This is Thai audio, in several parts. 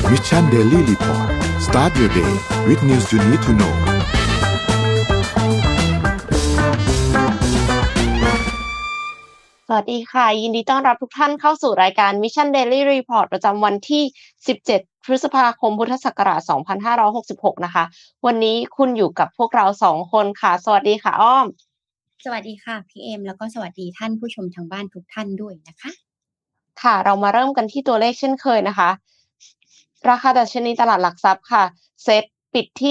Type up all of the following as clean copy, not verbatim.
Mission Daily Report start your day with news you need to know สวัสดีค่ะยินดีต้อนรับทุกท่านเข้าสู่รายการ Mission Daily Report ประจำวันที่17พฤษภาคมพุทธศักราช2566นะคะวันนี้คุณอยู่กับพวกเรา2คนค่ะสวัสดีค่ะอ้อมสวัสดีค่ะพี่เอมแล้วก็สวัสดีท่านผู้ชมทางบ้านทุกท่านด้วยนะคะค่ะเรามาเริ่มกันที่ตัวเลขเช่นเคยนะคะราคาดัชนีตลาดหลักทรัพย์ค่ะเซ็ตปิดที่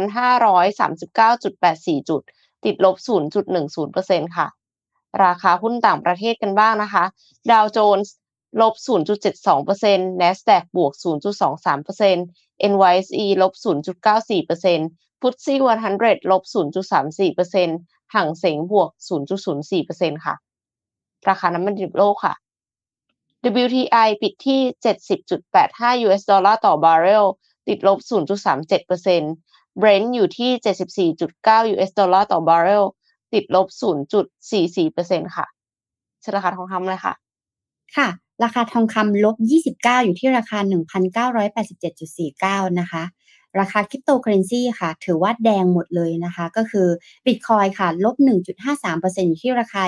1,539.84 จุดติดลบ 0.10% ค่ะราคาหุ้นต่างประเทศกันบ้างนะคะดาวโจนส์ลบ 0.72% NASDAQ บวก 0.23% NYSE ลบ 0.94% FTSE 100ลบ 0.34% หั่งเส็งบวก 0.04% ค่ะราคาน้ำมันดิบโลกค่ะ WTI ปิดที่ 70.85 US ดอลลาร์ต่อบาร์เรลติดลบ 0.37% Brent อยู่ที่ 74.9 US ดอลลาร์ต่อบาร์เรลติดลบ 0.44% ค่ะราคาทองคำเลยค่ะค่ะราคาทองคำลบ29อยู่ที่ราคา 1,987.49 นะคะราคาคริปโตเคอเรนซีค่ะถือว่าแดงหมดเลยนะคะก็คือ Bitcoin ค่ะลบ 1.53% อยู่ที่ราคา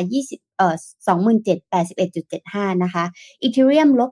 27,81.75 นะคะ Ethereum ลบ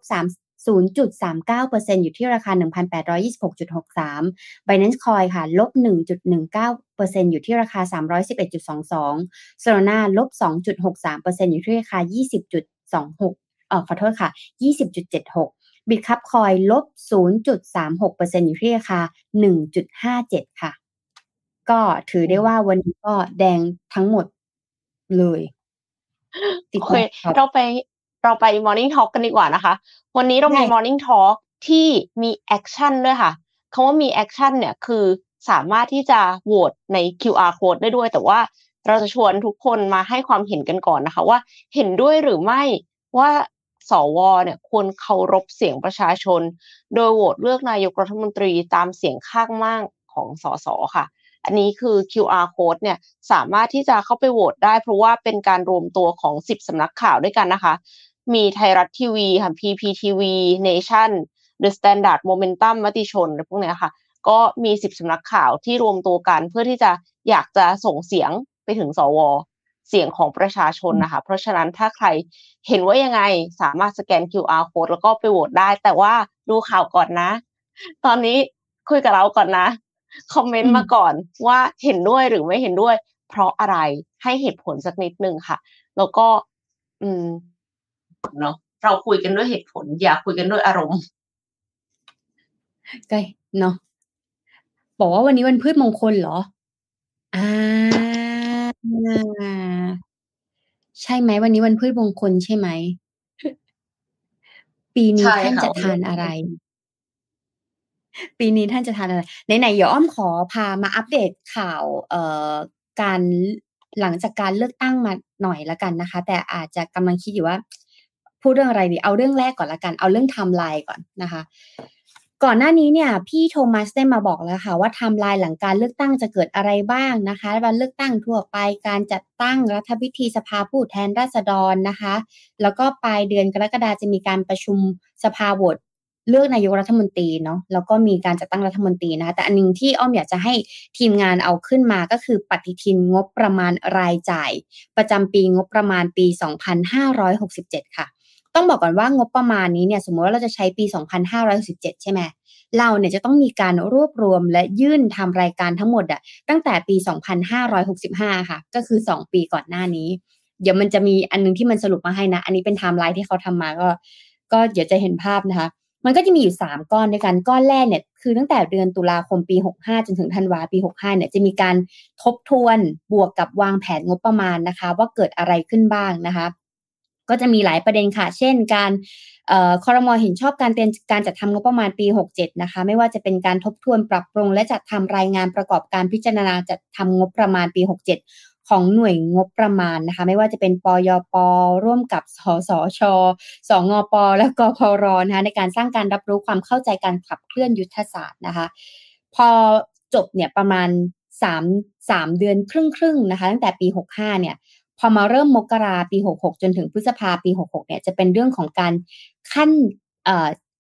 0.39% อยู่ที่ราคา 1,826.63 Binance Coin ค่ะลบ 1.19% อยู่ที่ราคา 311.22 Solana ลบ 2.63% อยู่ที่ราคา 20.26ขอโทษค่ะ 20.76 Bitcup Coin ลบ 0.36% อยู่ที่ราคา 1.57 ค่ะก็ถือได้ว่าวันนี้ก็แดงทั้งหมดเลยโอเคเราไป Morning Talk กันดีกว่านะคะวันนี้เรามี Morning Talk ที่มีแอคชั่นด้วยค่ะคำว่ามีแอคชั่นเนี่ยคือสามารถที่จะโหวตใน QR Code ได้ด้วยแต่ว่าเราจะชวนทุกคนมาให้ความเห็นกันก่อนนะคะว่าเห็นด้วยหรือไม่ว่าสวเนี่ยควรเคารพเสียงประชาชนโดยโหวตเลือกนายกรัฐมนตรีตามเสียงข้างมากของสสค่ะอันนี้คือ QR Code เนี่ยสามารถที่จะเข้าไปโหวตได้เพราะว่าเป็นการรวมตัวของ10สำนักข่าวด้วยกันนะคะมีไทยรัฐทีวีค่ะ PPTV Nation The Standard Momentum มติชนอะไรพวกเนี้ยค่ะก็มี10สำนักข่าวที่รวมตัวกันเพื่อที่จะอยากจะส่งเสียงไปถึงสวเสียงของประชาชนนะคะเพราะฉะนั้นถ้าใครเห็นว่ายังไงสามารถสแกน QR Code แล้วก็ไปโหวตได้แต่ว่าดูข่าวก่อนนะตอนนี้คุยกับเราก่อนนะคอมเมนต์มาก่อนว่าเห็นด้วยหรือไม่เห็นด้วยเพราะอะไรให้เหตุผลสักนิดนึงค่ะแล้วก็เนาะเราคุยกันด้วยเหตุผลอย่าคุยกันด้วยอารมณ์ก็เนาะบอกว่าวันนี้วันพืชมงคลเหรอใช่ไหมวันนี้วันพืชมงคลใช่ไหมปีนี้ท่านจะทานอะไรปีนี้ท่านจะทานอะไรไหนๆเดี๋ยวอ้อมขอพามาอัปเดตข่าวการหลังจากการเลือกตั้งมาหน่อยละกันนะคะแต่อาจจะกำลังคิดอยู่ว่าพูดเรื่องอะไรดีเอาเรื่องแรกก่อนละกันเอาเรื่องไทม์ไลน์ก่อนนะคะก่อนหน้านี้เนี่ยพี่โทมัสได้มาบอกแล้วค่ะว่าไทม์ไลน์หลังการเลือกตั้งจะเกิดอะไรบ้างนะคะวันเลือกตั้งทั่วไปการจัดตั้งรัฐพิธีสภาผู้แทนราษฎรนะคะแล้วก็ปลายเดือนกรกฎาคมจะมีการประชุมสภาโหวตเลือกนายกรัฐมนตรีเนาะแล้วก็มีการจัดตั้งรัฐมนตรีนะคะแต่อันนึงที่อ้อมอยากจะให้ทีมงานเอาขึ้นมาก็คือปฏิทินงบประมาณรายจ่ายประจำปีงบประมาณปี2567ค่ะต้องบอกก่อนว่างบประมาณนี้เนี่ยสมมติว่าเราจะใช้ปี2567ใช่ไหมเราเนี่ยจะต้องมีการรวบรวมและยื่นทำรายการทั้งหมดอะตั้งแต่ปี2565ค่ะก็คือ2ปีก่อนหน้านี้เดี๋ยวมันจะมีอันนึงที่มันสรุปมาให้นะอันนี้เป็นไทม์ไลน์ที่เขาทำมาก็เดี๋ยวจะเห็นภาพนะคะมันก็จะมีอยู่3ก้อนด้วยกันก้อนแรกเนี่ยคือตั้งแต่เดือนตุลาคมปี65จนถึงธันวาปี65เนี่ยจะมีการทบทวนบวกกับวางแผนงบประมาณนะคะว่าเกิดอะไรขึ้นบ้างนะคะก็จะมีหลายประเด็นค่ะเช่นการครม.เห็นชอบการจัดทำงบประมาณปี67นะคะไม่ว่าจะเป็นการทบทวนปรับปรุงและจัดทำรายงานประกอบการพิจารณาจัดทำงบประมาณปี67ของหน่วยงบประมาณนะคะไม่ว่าจะเป็นปยป.ร่วมกับสสช.สงป.และกพร.นะคะในการสร้างการรับรู้ความเข้าใจการขับเคลื่อนยุทธศาสตร์นะคะพอจบเนี่ยประมาณ3เดือนครึ่งนะคะตั้งแต่ปี65เนี่ยพอมาเริ่มมกราปี66จนถึงพฤษภาปี66เนี่ยจะเป็นเรื่องของการ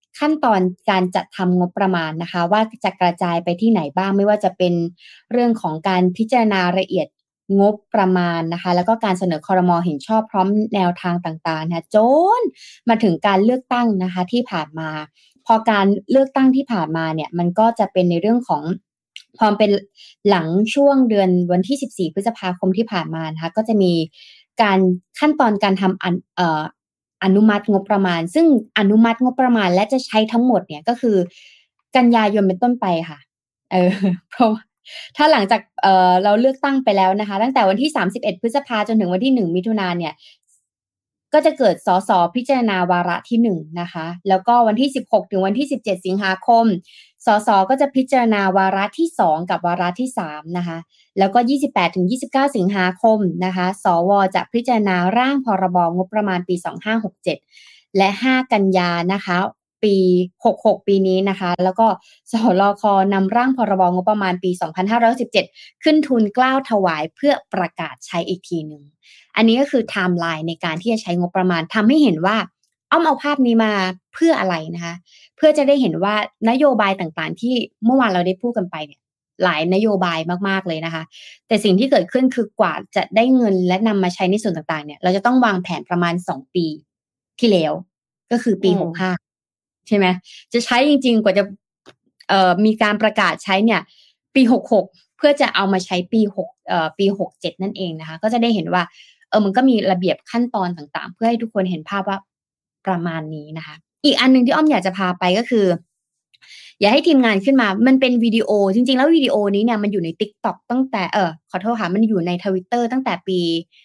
ขั้นตอนการจัดทำงบประมาณนะคะว่าจะกระจายไปที่ไหนบ้างไม่ว่าจะเป็นเรื่องของการพิจารณาละเอียดงบประมาณนะคะแล้วก็การเสนอครม.เห็นชอบพร้อมแนวทางต่างๆนะจนมาถึงการเลือกตั้งนะคะที่ผ่านมาพอการเลือกตั้งที่ผ่านมาเนี่ยมันก็จะเป็นในเรื่องของพอเป็นหลังช่วงเดือนวันที่14พฤษภาคมที่ผ่านมานะคะก็จะมีการขั้นตอนการทำอนุมัติงบประมาณซึ่งอนุมัติงบประมาณและจะใช้ทั้งหมดเนี่ยก็คือกันยายนเป็นต้นไปค่ะเพราะถ้าหลังจากเราเลือกตั้งไปแล้วนะคะตั้งแต่วันที่31พฤษภาจนถึงวันที่1มิถุนายนเนี่ยก็จะเกิดสสพิจารณาวาระที่1นะคะแล้วก็วันที่16ถึงวันที่17สิงหาคมสสก็จะพิจารณาวาระที่2กับวาระที่3นะคะแล้วก็28ถึง29สิงหาคมนะคะสวจะพิจารณาร่างพรบงบประมาณปี2567และ5กันยานะคะปี66ปีนี้นะคะแล้วก็สลค.นำร่างพรบงบประมาณปี2517ขึ้นทุนเกล้าถวายเพื่อประกาศใช้อีกทีนึงอันนี้ก็คือไทม์ไลน์ในการที่จะใช้งบประมาณทำให้เห็นว่าเอาภาพนี้มาเพื่ออะไรนะคะเพื่อจะได้เห็นว่านโยบายต่างๆที่เมื่อวานเราได้พูดกันไปเนี่ยหลายนโยบายมากๆเลยนะคะแต่สิ่งที่เกิดขึ้นคือกว่าจะได้เงินและนำมาใช้ในส่วนต่างๆเนี่ยเราจะต้องวางแผนประมาณ2ปีที่แล้วก็คือปี65ใช่ไหมจะใช้จริงๆกว่าจะมีการประกาศใช้เนี่ยปี66เพื่อจะเอามาใช้ปี67นั่นเองนะคะก็จะได้เห็นว่ามันก็มีระเบียบขั้นตอนต่างๆเพื่อให้ทุกคนเห็นภาพว่าประมาณนี้นะคะอีกอันนึงที่อ้อมอยากจะพาไปก็คืออย่าให้ทีมงานขึ้นมามันเป็นวิดีโอจริงๆแล้ววิดีโอนี้เนี่ยมันอยู่ใน TikTok ตั้งแต่ขอโทษค่ะมันอยู่ใน Twitter ตั้งแต่ปี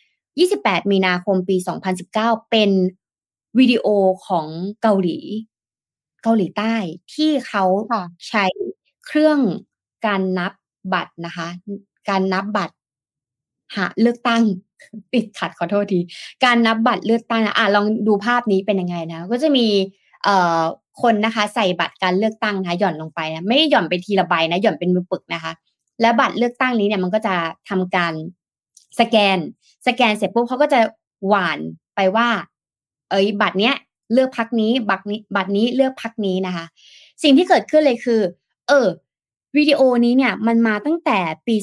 28มีนาคมปี2019เป็นวิดีโอของเกาหลีใต้ที่เขาใช้เครื่องการนับบัตรนะคะการนับบัตรหาเลือกตั้งติดขัดขอโทษทีการนับบัตรเลือกตั้งลองดูภาพนี้เป็นยังไงนะก็จะมีคนนะคะใส่บัตรการเลือกตั้งนะหย่อนลงไปนะไม่ได้หย่อนไปทีละใบนะหย่อนเป็นมือปึกนะคะและบัตรเลือกตั้งนี้เนี่ยมันก็จะทำการสแกนเสร็จปุ๊บเขาก็จะหว่านไปว่าบัตรเนี้ยเลือกพรรคนี้บัตรนี้เลือกพรรคนี้นะคะสิ่งที่เกิดขึ้นเลยคือวิดีโอนี้เนี่ยมันมาตั้งแต่ปี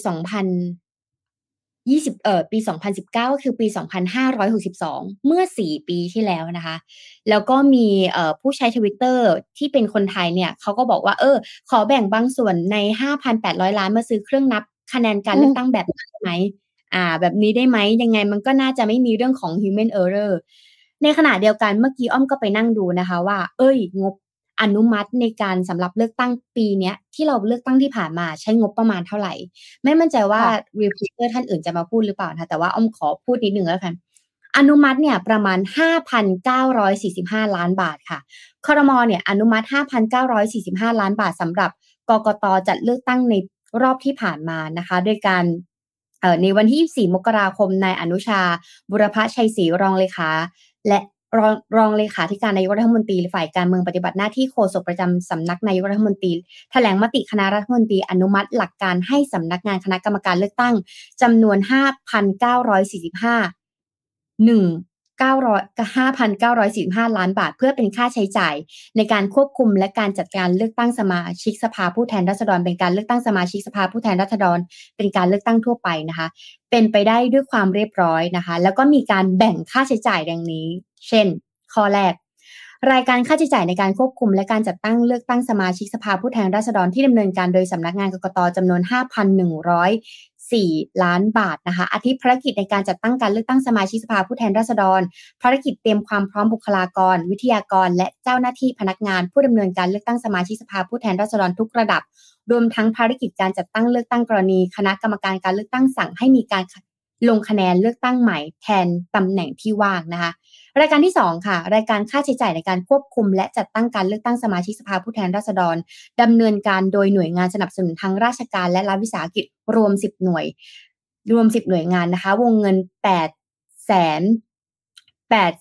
ปี2019ก็คือปี2562เมื่อ4ปีที่แล้วนะคะแล้วก็มีผู้ใช้ Twitter ที่เป็นคนไทยเนี่ยเขาก็บอกว่าขอแบ่งบางส่วนใน 5,800 ล้านมาซื้อเครื่องนับคะแนนการเลือกตั้งแบบนี้ได้ไหมแบบนี้ได้ไหมยังไงมันก็น่าจะไม่มีเรื่องของ human error ในขณะเดียวกันเมื่อกี้อ้อมก็ไปนั่งดูนะคะว่างบอนุมัติในการสำหรับเลือกตั้งปีนี้ที่เราเลือกตั้งที่ผ่านมาใช้งบประมาณเท่าไหร่ไม่มั่นใจว่ารีพอร์เตอร์ท่านอื่นจะมาพูดหรือเปล่านะแต่ว่าอ้อมขอพูดนิดนึงแล้วกันอนุมัติเนี่ยประมาณ 5,945 ล้านบาทค่ะครม.เนี่ยอนุมัติ 5,945 ล้านบาทสำหรับกกต.จัดเลือกตั้งในรอบที่ผ่านมานะคะโดยการในวันที่24มกราคมนายอนุชาบุรพชัยศรีรองเลขาและรองเลขาธิการนายกรัฐมนตรีฝ่ายการเมืองปฏิบัติหน้าที่โฆษกประจำสำนักนายกรัฐมนตรีแถลงมติคณะรัฐมนตรีอนุมัติหลักการให้สำนักงานคณะกรรมการเลือกตั้งจำนวน 5,945 ล้านบาทเพื่อเป็นค่าใช้จ่ายในการควบคุมและการจัดการเลือกตั้งสมาชิกสภาผู้แทนราษฎรเป็นการเลือกตั้งสมาชิกสภาผู้แทนราษฎรเป็นการเลือกตั้งทั่วไปนะคะเป็นไปได้ด้วยความเรียบร้อยนะคะแล้วก็มีการแบ่งค่าใช้จ่ายดังนี้เช่นข้อแรกรายการค่าใช้จ่ายในการควบคุมและการจัดตั้งเลือกตั้งสมาชิกสภาผู้แทนราษฎรที่ดำเนินการโดยสำนักงานกกต.จำนวน 5,104 ล้านบาทนะคะอาทิภารกิจในการจัดตั้งการเลือกตั้งสมาชิกสภาผู้แทนราษฎรภารกิจเตรียมความพร้อมบุคลากรวิทยากรและเจ้าหน้าที่พนักงานผู้ดำเนินการเลือกตั้งสมาชิกสภาผู้แทนราษฎรทุกระดับรวมทั้งภารกิจการจัดตั้งเลือกตั้งกรณีคณะกรรมการการเลือกตั้งสั่งให้มีการลงคะแนนเลือกตั้งใหม่แทนตำแหน่งที่ว่างนะคะรายการที่2ค่ะรายการค่าใช้จ่ายในการควบคุมและจัดตั้งการเลือกตั้งสมาชิกสภาผู้แทนราษฎรดำเนินการโดยหน่วยงานสนับสนุนทางราชการและรัฐวิสาหกิจรวม10 หน่วยงานนะคะวงเงิน8,800,000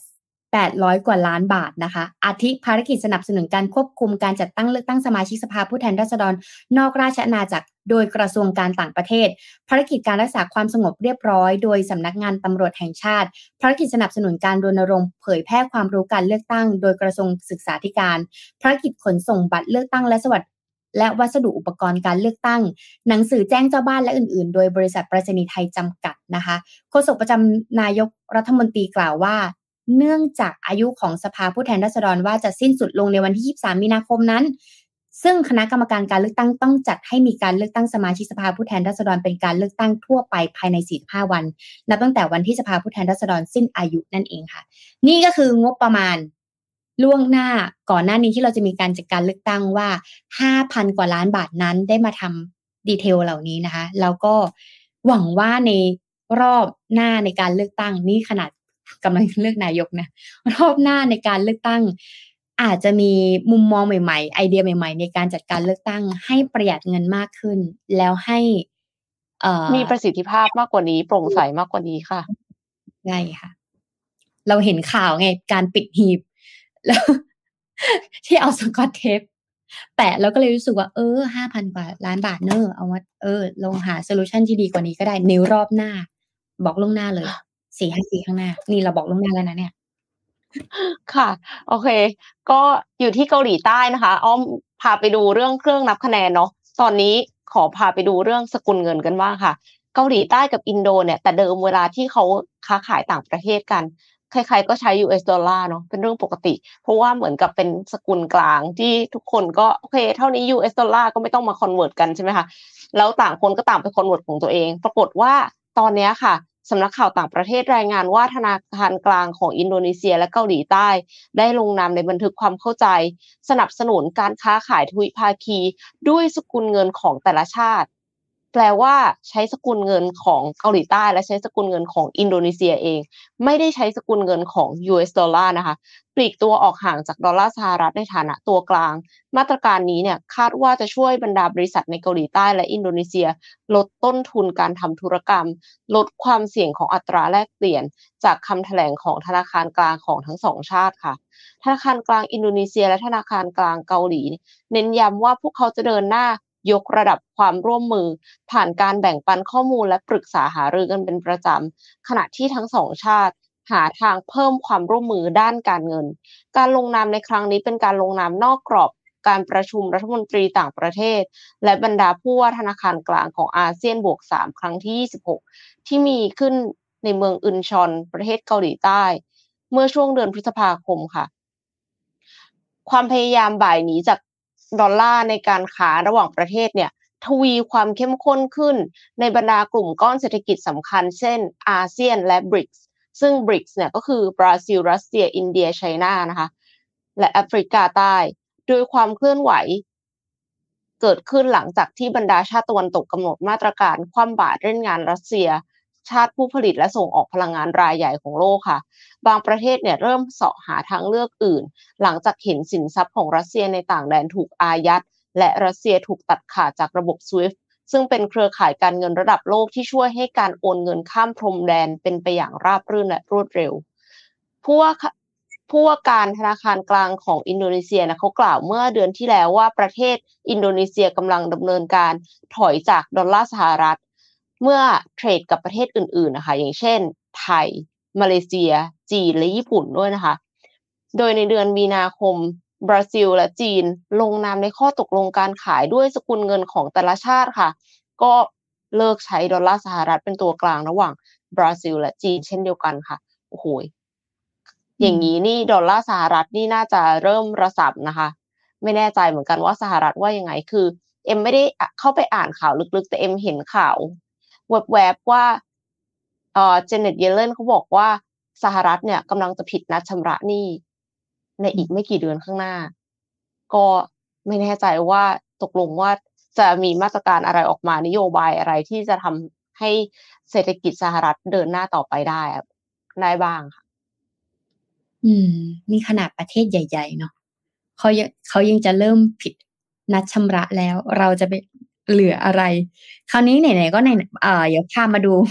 800 กว่าล้านบาทนะคะอาทิภารกิจสนับสนุนการควบคุมการจัดตั้งเลือกตั้งสมาชิกสภาผู้แทนราษฎรนอกราชอาณาจักรโดยกระทรวงการต่างประเทศภารกิจการรักษาความสงบเรียบร้อยโดยสำนักงานตำรวจแห่งชาติภารกิจสนับสนุนการรณรงค์เผยแพร่ความรู้การเลือกตั้งโดยกระทรวงศึกษาธิการภารกิจขนส่งบัตรเลือกตั้งและวัสดุอุปกรณ์การเลือกตั้งหนังสือแจ้งเจ้าบ้านและอื่นๆโดยบริษัทไปรษณีย์ไทยจำกัดนะคะโฆษกประจำนายกรัฐมนตรีกล่าวว่าเนื่องจากอายุของสภาผู้แทนราษฎรว่าจะสิ้นสุดลงในวันที่23มีนาคมนั้นซึ่งคณะกรรมการการเลือกตั้งต้องจัดให้มีการเลือกตั้งสมาชิกสภาผู้แทนราษฎรเป็นการเลือกตั้งทั่วไปภายใน45วันนับตั้งแต่วันที่สภาผู้แทนราษฎรสิ้นอายุนั่นเองค่ะนี่ก็คืองบประมาณล่วงหน้าก่อนหน้านี้ที่เราจะมีการจัดการเลือกตั้งว่า 5,000 กว่าล้านบาทนั้นได้มาทำดีเทลเหล่านี้นะคะแล้วก็หวังว่าในรอบหน้าในการเลือกตั้งนี่ขนาดกำลังเลือกนายกนะรอบหน้าในการเลือกตั้งอาจจะมีมุมมองใหม่ๆไอเดียใหม่ๆในการจัดการเลือกตั้งให้ประหยัดเงินมากขึ้นแล้วให้มีประสิทธิภาพมากกว่านี้โปร่งใสมากกว่านี้ค่ะใช่ค่ะเราเห็นข่าวไงการปิดหีบแล้วที่เอาสกอตเทปแปะแล้วก็เลยรู้สึกว่า5,000 กว่าล้านบาทเนอะเอาว่าลองหาโซลูชันที่ดีกว่านี้ก็ได้ในรอบหน้าบอกล่วงหน้าเลย 4-5 ปีข้างหน้านี่เราบอกล่วงหน้าแล้วนะเนี่ยค่ะโอเคก็อยู่ที่เกาหลีใต้นะคะอ้อมพาไปดูเรื่องเครื่องนับคะแนนเนาะตอนนี้ขอพาไปดูเรื่องสกุลเงินกันบ้างค่ะเกาหลีใต้กับอินโดเนี่ยแต่เดิมเวลาที่เขาค้าขายต่างประเทศกันใครๆก็ใช้ US ดอลลาร์เนาะเป็นเรื่องปกติเพราะว่าเหมือนกับเป็นสกุลกลางที่ทุกคนก็โอเคเท่านี้ US ดอลลาร์ก็ไม่ต้องมาคอนเวิร์ตกันใช่ไหมคะแล้วต่างคนก็ต่างไปคอนเวิร์ตของตัวเองปรากฏว่าตอนนี้ค่ะสำนักข่าวต่างประเทศรายงานว่าธนาคารกลางของอินโดนีเซียและเกาหลีใต้ได้ลงนามในบันทึกความเข้าใจสนับสนุนการค้าขายทวิภาคีด้วยสกุลเงินของแต่ละชาติแปลว่าใช้สกุลเงินของเกาหลีใต้และใช้สกุลเงินของอินโดนีเซียเองไม่ได้ใช้สกุลเงินของ US ดอลลาร์นะคะปลีกตัวออกห่างจากดอลลาร์สหรัฐในฐานะตัวกลางมาตรการนี้เนี่ยคาดว่าจะช่วยบรรดาบริษัทในเกาหลีใต้และอินโดนีเซียลดต้นทุนการทำธุรกรรมลดความเสี่ยงของอัตราแลกเปลี่ยนจากคำแถลงของธนาคารกลางของทั้งสองชาติค่ะธนาคารกลางอินโดนีเซียและธนาคารกลางเกาหลีเน้นย้ำว่าพวกเขาจะเดินหน้ายกระดับความร่วมมือผ่านการแบ่งปันข้อมูลและปรึกษาหารือกันเป็นประจำขณะที่ทั้งสองชาติหาทางเพิ่มความร่วมมือด้านการเงินการลงนามในครั้งนี้เป็นการลงนามนอกกรอบการประชุมรัฐมนตรีต่างประเทศและบรรดาผู้ว่าธนาคารกลางของอาเซียนบวก3ครั้งที่26ที่มีขึ้นในเมืองอึนชอนประเทศเกาหลีใต้เมื่อช่วงเดือนพฤษภาคมค่ะความพยายามบ่ายหนีจากดอลลาร์ในการค้าระหว่างประเทศเนี่ยทวีความเข้มข้นขึ้นในบรรดากลุ่มก้อนเศรษฐกิจสำคัญเช่นอาเซียนและ BRICS ซึ่ง BRICS เนี่ยก็คือบราซิลรัสเซียอินเดียไชน่านะคะและแอฟริกาใต้โดยความเคลื่อนไหวเกิดขึ้นหลังจากที่บรรดาชาติตะวันตกกำหนดมาตรการคว่ำบาตรเล่นงานรัสเซียชาติผู้ผลิตและส่งออกพลังงานรายใหญ่ของโลกค่ะบางประเทศเนี่ยเริ่มเสาะหาทางเลือกอื่นหลังจากเห็นสินทรัพย์ของรัสเซียในต่างแดนถูกอายัดและรัสเซียถูกตัดขาดจากระบบ SWIFT ซึ่งเป็นเครือข่ายการเงินระดับโลกที่ช่วยให้การโอนเงินข้ามพรมแดนเป็นไปอย่างราบรื่นและรวดเร็วผู้ว่าการธนาคารกลางของอินโดนีเซียนะเขากล่าวเมื่อเดือนที่แล้วว่าประเทศอินโดนีเซียกำลังดำเนินการถอยจากดอลลาร์สหรัฐเมื่อเทรดกับประเทศอื่นๆนะคะอย่างเช่นไทยมาเลเซียจีนและญี่ปุ่นด้วยนะคะโดยในเดือนมีนาคมบราซิลและจีนลงนามในข้อตกลงการขายด้วยสกุลเงินของแต่ละชาติค่ะก็เลิกใช้ดอลลาร์สหรัฐเป็นตัวกลางระหว่างบราซิลและจีนเช่นเดียวกันค่ะโอ้โหอย่างนี้นี่ดอลลาร์สหรัฐนี่น่าจะเริ่มระส่ำนะคะไม่แน่ใจเหมือนกันว่าสหรัฐว่ายังไงคือเอ็มไม่ได้เข้าไปอ่านข่าวลึกๆแต่เอ็มเห็นข่าวแวบๆว่าเจเน็ตเยเลนเขาบอกว่าสหรัฐเนี่ยกำลังจะผิดนัดชำระหนี้ในอีกไม่กี่เดือนข้างหน้าก็ไม่แน่ใจว่าตกลงว่าจะมีมาตรการอะไรออกมานโยบายอะไรที่จะทำให้เศรษฐกิจสหรัฐเดินหน้าต่อไปได้บ้างค่ะนี่ขนาดประเทศใหญ่ๆเนาะเขายังจะเริ่มผิดนัดชำระแล้วเราจะไปเหลืออะไรคราวนี้ไหนๆก็เดี๋ยวพามาดู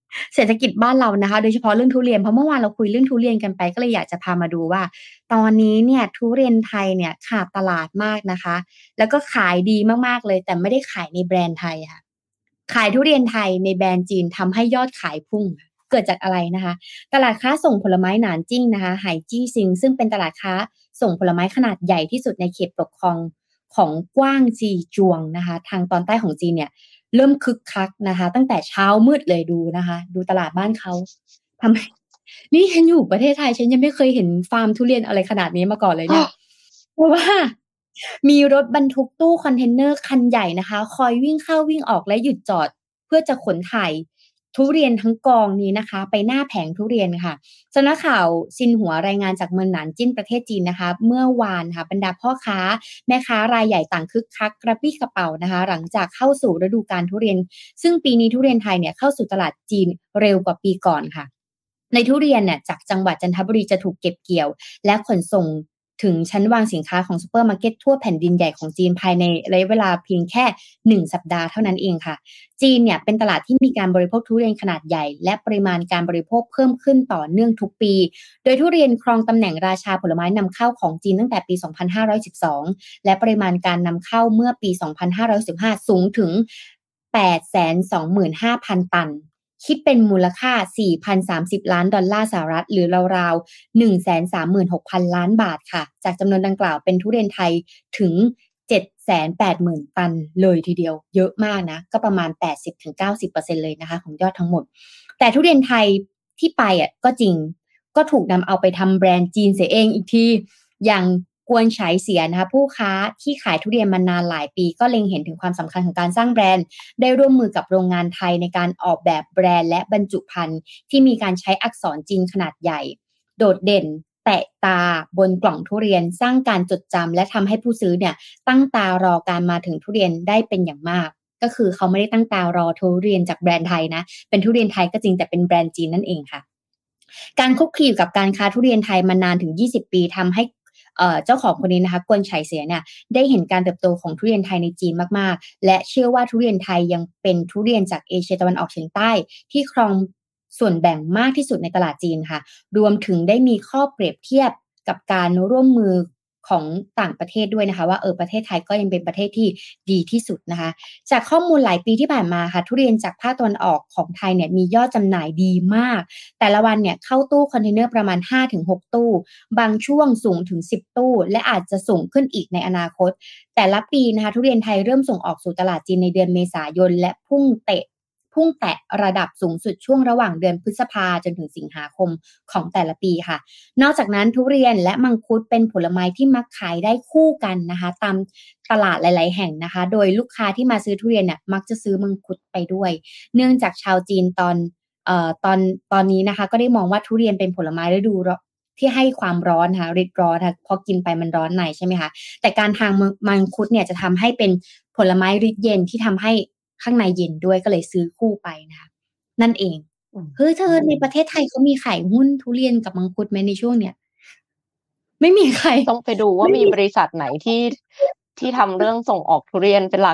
เศรษฐกิจบ้านเรานะคะโดยเฉพาะเรื่องทุเรียนเพราะเมื่อวานเราคุยเรื่องทุเรียนกันไปก็เลยอยากจะพามาดูว่าตอนนี้เนี่ยทุเรียนไทยเนี่ยขาดตลาดมากนะคะแล้วก็ขายดีมากๆเลยแต่ไม่ได้ขายในแบรนด์ไทยค่ะขายทุเรียนไทยในแบรนด์จีนทำให้ยอดขายพุ่งเกิดจากอะไรนะคะตลาดค้าส่งผลไม้หนานจิ้งนะคะไหจี้ซิงซึ่งเป็นตลาดค้าส่งผลไม้ขนาดใหญ่ที่สุดในเขตปกครองของกว้างจีจวงนะคะทางตอนใต้ของจีนเนี่ยเริ่มคึกคักนะคะตั้งแต่เช้ามืดเลยดูนะคะดูตลาดบ้านเขาทำไมนี่ฉันอยู่ประเทศไทยฉันยังไม่เคยเห็นฟาร์มทุเรียนอะไรขนาดนี้มาก่อนเลยเนี่ยเพราะว่ามีรถบรรทุกตู้คอนเทนเนอร์คันใหญ่นะคะคอยวิ่งเข้าวิ่งออกและหยุดจอดเพื่อจะขนถ่ายทุเรียนทั้งกองนี้นะคะไปหน้าแผงทุเรียนค่ะสำนักข่าวซินหัวรายงานจากเมืองหนานจิ้นประเทศจีนนะคะเมื่อวานค่ะบรรดาพ่อค้าแม่ค้ารายใหญ่ต่างคึกคักกระปรี้กระเป๋านะคะหลังจากเข้าสู่ฤดูกาลทุเรียนซึ่งปีนี้ทุเรียนไทยเนี่ยเข้าสู่ตลาดจีนเร็วกว่าปีก่อนค่ะในทุเรียนเนี่ยจากจังหวัดจันทบุรีจะถูกเก็บเกี่ยวและขนส่งถึงชั้นวางสินค้าของซุปเปอร์มาร์เก็ตทั่วแผ่นดินใหญ่ของจีนภายในระยะเวลาเพียงแค่1สัปดาห์เท่านั้นเองค่ะจีนเนี่ยเป็นตลาดที่มีการบริโภคทุเรียนขนาดใหญ่และปริมาณการบริโภคเพิ่มขึ้นต่อเนื่องทุกปีโดยทุเรียนครองตำแหน่งราชาผลไม้นำเข้าของจีนตั้งแต่ปี2512และปริมาณการนำเข้าเมื่อปี2515สูงถึง 825,000 ตันคิดเป็นมูลค่า 4,030 ล้านดอลลาร์สหรัฐหรือราวๆ 136,000 ล้านบาทค่ะจากจำนวนดังกล่าวเป็นทุเรียนไทยถึง 780,000 ตันเลยทีเดียวเยอะมากนะก็ประมาณ 80-90% เลยนะคะของยอดทั้งหมดแต่ทุเรียนไทยที่ไปก็จริงก็ถูกนำเอาไปทำแบรนด์จีนเสียเองอีกทีอย่างกวนฉายเสียนะคะผู้ค้าที่ขายทุเรียนมานานหลายปีก็เล็งเห็นถึงความสำคัญของการสร้างแบรนด์ได้ร่วมมือกับโรงงานไทยในการออกแบบแบรนด์และบรรจุภัณฑ์ที่มีการใช้อักษรจีนขนาดใหญ่โดดเด่นแตะตาบนกล่องทุเรียนสร้างการจดจำและทำให้ผู้ซื้อเนี่ยตั้งตารอการมาถึงทุเรียนได้เป็นอย่างมากก็คือเขาไม่ได้ตั้งตารอทุเรียนจากแบรนด์ไทยนะเป็นทุเรียนไทยก็จริงแต่เป็นแบรนด์จีนนั่นเองค่ะการคลุกคลีกับการค้าทุเรียนไทยมานานถึง20ปีทำให้เจ้าของคนนี้นะคะกวนไฉเสียเนี่ยได้เห็นการเติบโตของทุเรียนไทยในจีนมากๆและเชื่อว่าทุเรียนไทยยังเป็นทุเรียนจากเอเชียตะวันออกเฉียงใต้ที่ครองส่วนแบ่งมากที่สุดในตลาดจีนค่ะรวมถึงได้มีข้อเปรียบเทียบกับการร่วมมือของต่างประเทศด้วยนะคะว่าประเทศไทยก็ยังเป็นประเทศที่ดีที่สุดนะคะจากข้อมูลหลายปีที่ผ่านมาค่ะทุเรียนจากภาคตะวันออกของไทยเนี่ยมียอดจำหน่ายดีมากแต่ละวันเนี่ยเข้าตู้คอนเทนเนอร์ประมาณ 5-6 ตู้บางช่วงสูงถึง10ตู้และอาจจะสูงขึ้นอีกในอนาคตแต่ละปีนะคะทุเรียนไทยเริ่มส่งออกสู่ตลาดจีนในเดือนเมษายนและพุ่งแตะระดับสูงสุดช่วงระหว่างเดือนพฤษภาจนถึงสิงหาคมของแต่ละปีค่ะนอกจากนั้นทุเรียนและมังคุดเป็นผลไม้ที่มักขายได้คู่กันนะคะตามตลาดหลายๆแห่งนะคะโดยลูกค้าที่มาซื้อทุเรียนเนี่ยมักจะซื้อมังคุดไปด้วยเนื่องจากชาวจีนตอนนี้นะคะก็ได้มองว่าทุเรียนเป็นผลไม้ฤดูที่ให้ความร้อนค่ะฤทธิ์ร้อนค่ะพอกินไปมันร้อนในใช่ไหมคะแต่การทางมังคุดเนี่ยจะทำให้เป็นผลไม้ฤทธิ์เย็นที่ทำให้ข้างในเย็นด้วยก็เลยซื้อคู่ไปนะคะนั่นเองเธอในประเทศไทยเขามีขายหุ้นทุเรียนกับมังคุดไหมในช่วงเนี้ยไม่มีใครต้องไปดูว่ามีบริษัทไหนที่ทำเรื่องส่งออกทุเรียนเป็นหลัก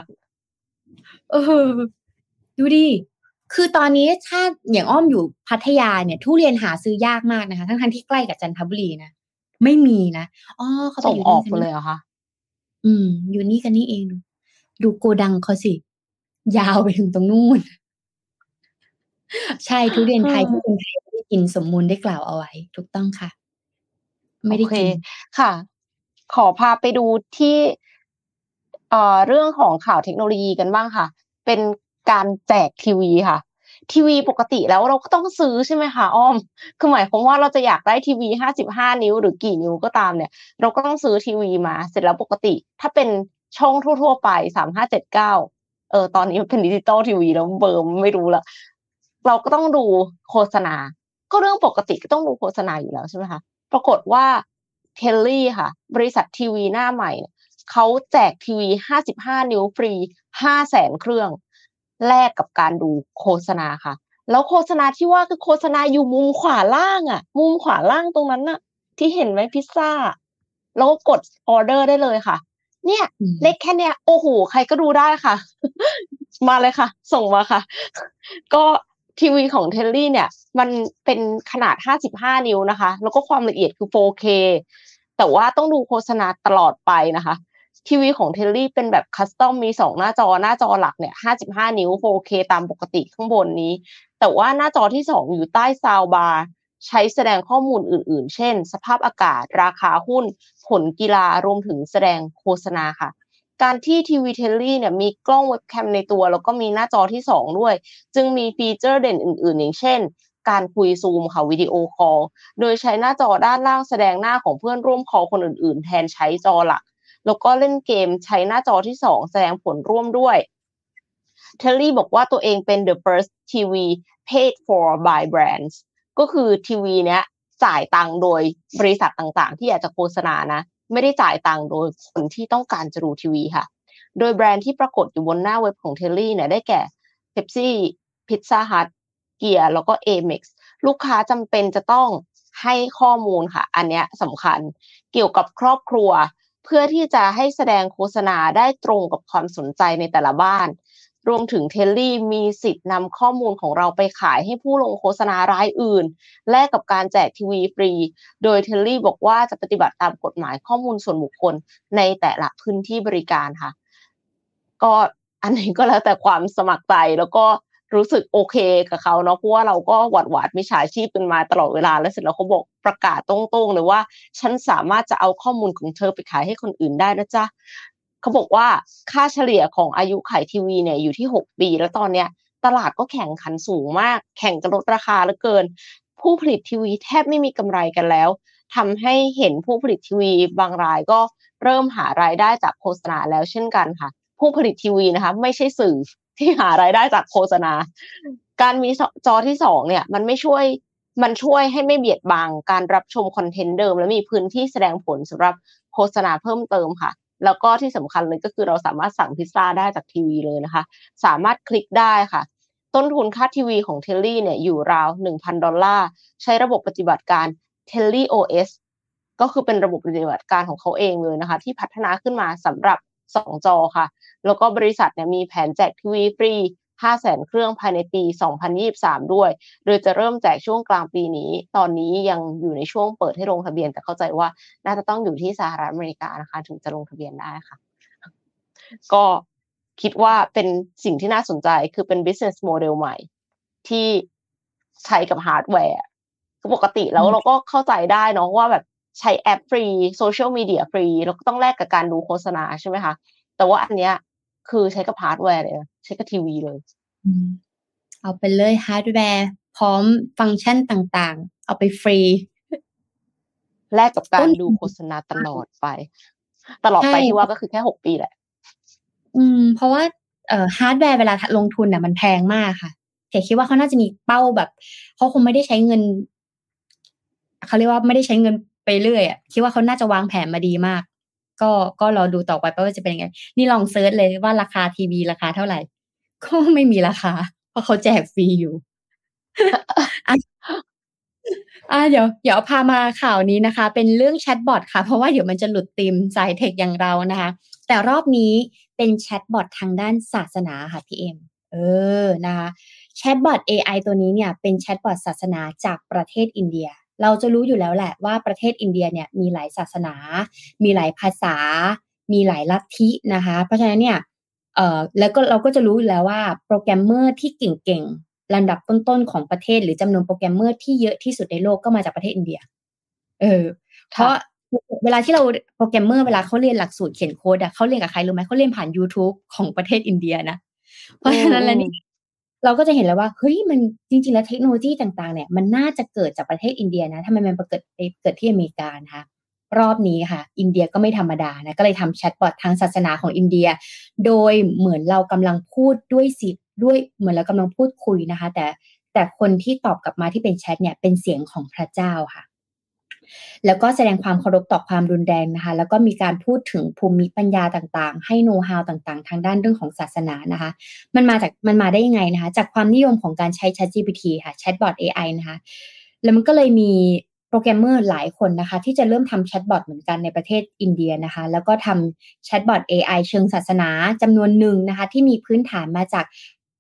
ดูดิคือตอนนี้ถ้าอย่างอ้อมอยู่พัทยาเนี่ยทุเรียนหาซื้อยากมากนะคะทั้งที่ใกล้กับจันทบุรีนะไม่มีนะเขาส่งออกเลยเหรอคะอยู่นี่กันนี่เองดูโกดังเขาสิยาวไปถึงตรงนู่นใช่ทุเรียนไทยที่คนไทยไม่ได้กินสมมูลได้กล่าวเอาไว้ถูกต้องค่ะไม่ได้กินค่ะขอพาไปดูที่เรื่องของข่าวเทคโนโลยีกันบ้างค่ะเป็นการแจกทีวีค่ะทีวีปกติแล้วเราก็ต้องซื้อใช่ไหมคะอ้อมคือหมายความว่าเราจะอยากได้ทีวี55นิ้วหรือกี่นิ้วก็ตามเนี่ยเราก็ต้องซื้อทีวีมาเสร็จแล้วปกติถ้าเป็นช่องทั่วๆไป3579ตอนนี้เป็นดิจิตอลทีวีแล้วเบอร์ไม่รู้ละเราก็ต้องดูโฆษณาก็เรื่องปกติก็ต้องดูโฆษณาอยู่แล้วใช่ไหมคะปรากฏว่าเทลลี่ค่ะบริษัททีวีหน้าใหม่เขาแจกทีวี55นิ้วฟรี 500,000 เครื่องแลกกับการดูโฆษณาค่ะแล้วโฆษณาที่ว่าคือโฆษณาอยู่มุมขวาล่างมุมขวาล่างตรงนั้นน่ะที่เห็นไหมพิซซ่าแล้วก็กดออเดอร์ได้เลยค่ะเนี่ยเล็กแค่เนี้ยโอ้โหใครก็ดูได้ค่ะมาเลยค่ะส่งมาค่ะก็ทีวีของเทลลี่เนี่ยมันเป็นขนาด55นิ้วนะคะแล้วก็ความละเอียดคือ 4K แต่ว่าต้องดูโฆษณาตลอดไปนะคะทีวีของเทลลี่เป็นแบบคัสตอมมี2หน้าจอหลักเนี่ย55นิ้ว 4K ตามปกติข้างบนนี้แต่ว่าหน้าจอที่2อยู่ใต้ซาวด์บาร์ใช้แสดงข้อมูลอื่นๆเช่นสภาพอากาศราคาหุ้นผลกีฬารวมถึงแสดงโฆษณาค่ะการที่ทีวีเทลลี่เนี่ยมีกล้องเว็บแคมในตัวแล้วก็มีหน้าจอที่2ด้วยจึงมีฟีเจอร์เด่นอื่นๆอย่างเช่นการคุยซูมค่ะวิดีโอคอลโดยใช้หน้าจอด้านล่างแสดงหน้าของเพื่อนร่วมคอลคนอื่นๆแทนใช้จอหลักแล้วก็เล่นเกมใช้หน้าจอที่2แสดงผลร่วมด้วยเทลลี่บอกว่าตัวเองเป็น the first TV paid for by brands ก็คือทีวีเนี้ยจ่ายตังค์โดยบริษัทต่างๆที่อยากจะโฆษณานะไม่ได้จ่ายตังค์โดยคนที่ต้องการจะดูทีวีค่ะโดยแบรนด์ที่ปรากฏอยู่บนหน้าเว็บของเทลลี่เนี่ยได้แก่ Pepsi Pizza Hut เกียร์แล้วก็ Amex ลูกค้าจำเป็นจะต้องให้ข้อมูลค่ะอันเนี้ยสำคัญเกี่ยวกับครอบครัวเพื่อที่จะให้แสดงโฆษณาได้ตรงกับความสนใจในแต่ละบ้านรวมถึงเทลลี่มีสิทธิ์นำข้อมูลของเราไปขายให้ผู้ลงโฆษณารายอื่นแลกกับการแจกทีวีฟรีโดยเทลลี่บอกว่าจะปฏิบัติตามกฎหมายข้อมูลส่วนบุคคลในแต่ละพื้นที่บริการค่ะก็อันนี้ก็แล้วแต่ความสมัครใจแล้วก็รู้สึกโอเคกับเขาเนาะเพราะว่าเราก็หวาดมิจฉาชีพกันมาตลอดเวลาแล้วเสร็จแล้วเขาบอกประกาศตรงๆเลยว่าฉันสามารถจะเอาข้อมูลของเธอไปขายให้คนอื่นได้นะจ๊ะเขาบอกว่าค่าเฉลี่ยของอายุขายทีวีเนี่ยอยู่ที่6ปีแล้วตอนเนี้ยตลาดก็แข่งขันสูงมากแข่งกันลดราคาเหลือเกินผู้ผลิตทีวีแทบไม่มีกำไรกันแล้วทำให้เห็นผู้ผลิตทีวีบางรายก็เริ่มหารายได้จากโฆษณาแล้วเช่นกันค่ะผู้ผลิตทีวีนะคะไม่ใช่สื่อที่หารายได้จากโฆษณาการมีจอที่2เนี่ยมันช่วยให้ไม่เบียดบังการรับชมคอนเทนต์เดิมและมีพื้นที่แสดงผลสำหรับโฆษณาเพิ่มเติมค่ะแล้วก็ที่สำคัญเลยก็คือเราสามารถสั่งพิซซ่าได้จากทีวีเลยนะคะสามารถคลิกได้ค่ะต้นทุนค่าทีวีของเทลลี่เนี่ยอยู่ราว $1,000 ใช้ระบบปฏิบัติการ Telly OS ก็คือเป็นระบบปฏิบัติการของเขาเองเลยนะคะที่พัฒนาขึ้นมาสำหรับ2จอค่ะแล้วก็บริษัทเนี่ยมีแผนแจกทีวีฟรี 500,000 เครื่องภายในปี 2023 ด้วยโดยจะเริ่มแจกช่วงกลางปีนี้ตอนนี้ยังอยู่ในช่วงเปิดให้ลงทะเบียนแต่เข้าใจว่าน่าจะต้องอยู่ที่สหรัฐอเมริกานะคะถึงจะลงทะเบียนได้ค่ะก็คิดว่าเป็นสิ่งที่น่าสนใจคือเป็น business model ใหม่ที่ใช้กับฮาร์ดแวร์ปกติแล้วเราก็เข้าใจได้เนาะว่าแบบใช้แอปฟรีโซเชียลมีเดียฟรีแล้วก็ต้องแลกกับการดูโฆษณาใช่ไหมคะแต่ว่าอันเนี้ยคือใช้กับฮาร์ดแวร์เลยใช้กับทีวีเลยเอาไปเลยฮาร์ดแวร์พร้อมฟังก์ชันต่างๆเอาไปฟรีแลกกับการดูโฆษณาตลอดไปที่ว่าก็คือแค่6ปีแหละเพราะว่าฮาร์ดแวร์เวลาลงทุนน่ะมันแพงมากค่ะแต่คิดว่าเขาน่าจะมีเป้าแบบเขาคงไม่ได้ใช้เงินเขาเรียกว่าไม่ได้ใช้เงินไปเรื่อยอ่ะคิดว่าเขาน่าจะวางแผนมาดีมากก็รอดูต่อไปว่าจะเป็นยังไงนี่ลองเซิร์ชเลยว่าราคาทีวีราคาเท่าไหร่ก็ไม่มีราคาเพราะเขาแจกฟรีอยู่ เดี๋ยวพามาข่าวนี้นะคะเป็นเรื่องแชทบอทค่ะเพราะว่าเดี๋ยวมันจะหลุดธีมสายเทคอย่างเรานะคะแต่รอบนี้เป็นแชทบอททางด้านศาสนาค่ะพี่เอ็มนะคะแชทบอท AI ตัวนี้เนี่ยเป็นแชทบอทศาสนาจากประเทศอินเดียเราจะรู้อยู่แล้วแหละว่าประเทศอินเดียเนี่ยมีหลายศาสนามีหลายภาษามีหลายลัทธินะคะเพราะฉะนั้นเนี่ยแล้วก็เราก็จะรู้อยู่แล้วว่าโปรแกรมเมอร์ที่เก่งๆลำดับต้นๆของประเทศหรือจำนวนโปรแกรมเมอร์ที่เยอะที่สุดในโลกก็มาจากประเทศอินเดียเพราะเวลาที่เราโปรแกรมเมอร์เวลาเขาเรียนหลักสูตรเขียนโค้ดเขาเรียนกับใครรู้ไหมเขาเรียนผ่าน YouTube ของประเทศอินเดียนะเพราะฉะนั้นแล้วนี่เราก็จะเห็นแล้วว่าเฮ้ยมันจริงๆแล้วเทคโนโลยีต่างๆเนี่ยมันน่าจะเกิดจากประเทศอินเดียนะทำไมมันเกิดที่อเมริกานะคะรอบนี้ค่ะอินเดียก็ไม่ธรรมดานะก็เลยทำแชทบอททางศาสนาของอินเดียโดยเหมือนเรากำลังพูดด้วยเหมือนเรากำลังพูดคุยนะคะแต่คนที่ตอบกลับมาที่เป็นแชทเนี่ยเป็นเสียงของพระเจ้าค่ะแล้วก็แสดงความเคารพต่อความรุนแรงนะคะแล้วก็มีการพูดถึงภูมิปัญญาต่างๆให้โน้ตฮาวต่างๆทางด้านเรื่องของศาสนานะคะมันมาได้ยังไงนะคะจากความนิยมของการใช้ ChatGPT ค่ะแชทบอท AI นะคะแล้วมันก็เลยมีโปรแกรมเมอร์หลายคนนะคะที่จะเริ่มทำแชทบอทเหมือนกันในประเทศอินเดียนะคะแล้วก็ทำแชทบอท AI เชิงศาสนาจำนวนหนึ่งนะคะที่มีพื้นฐานมาจาก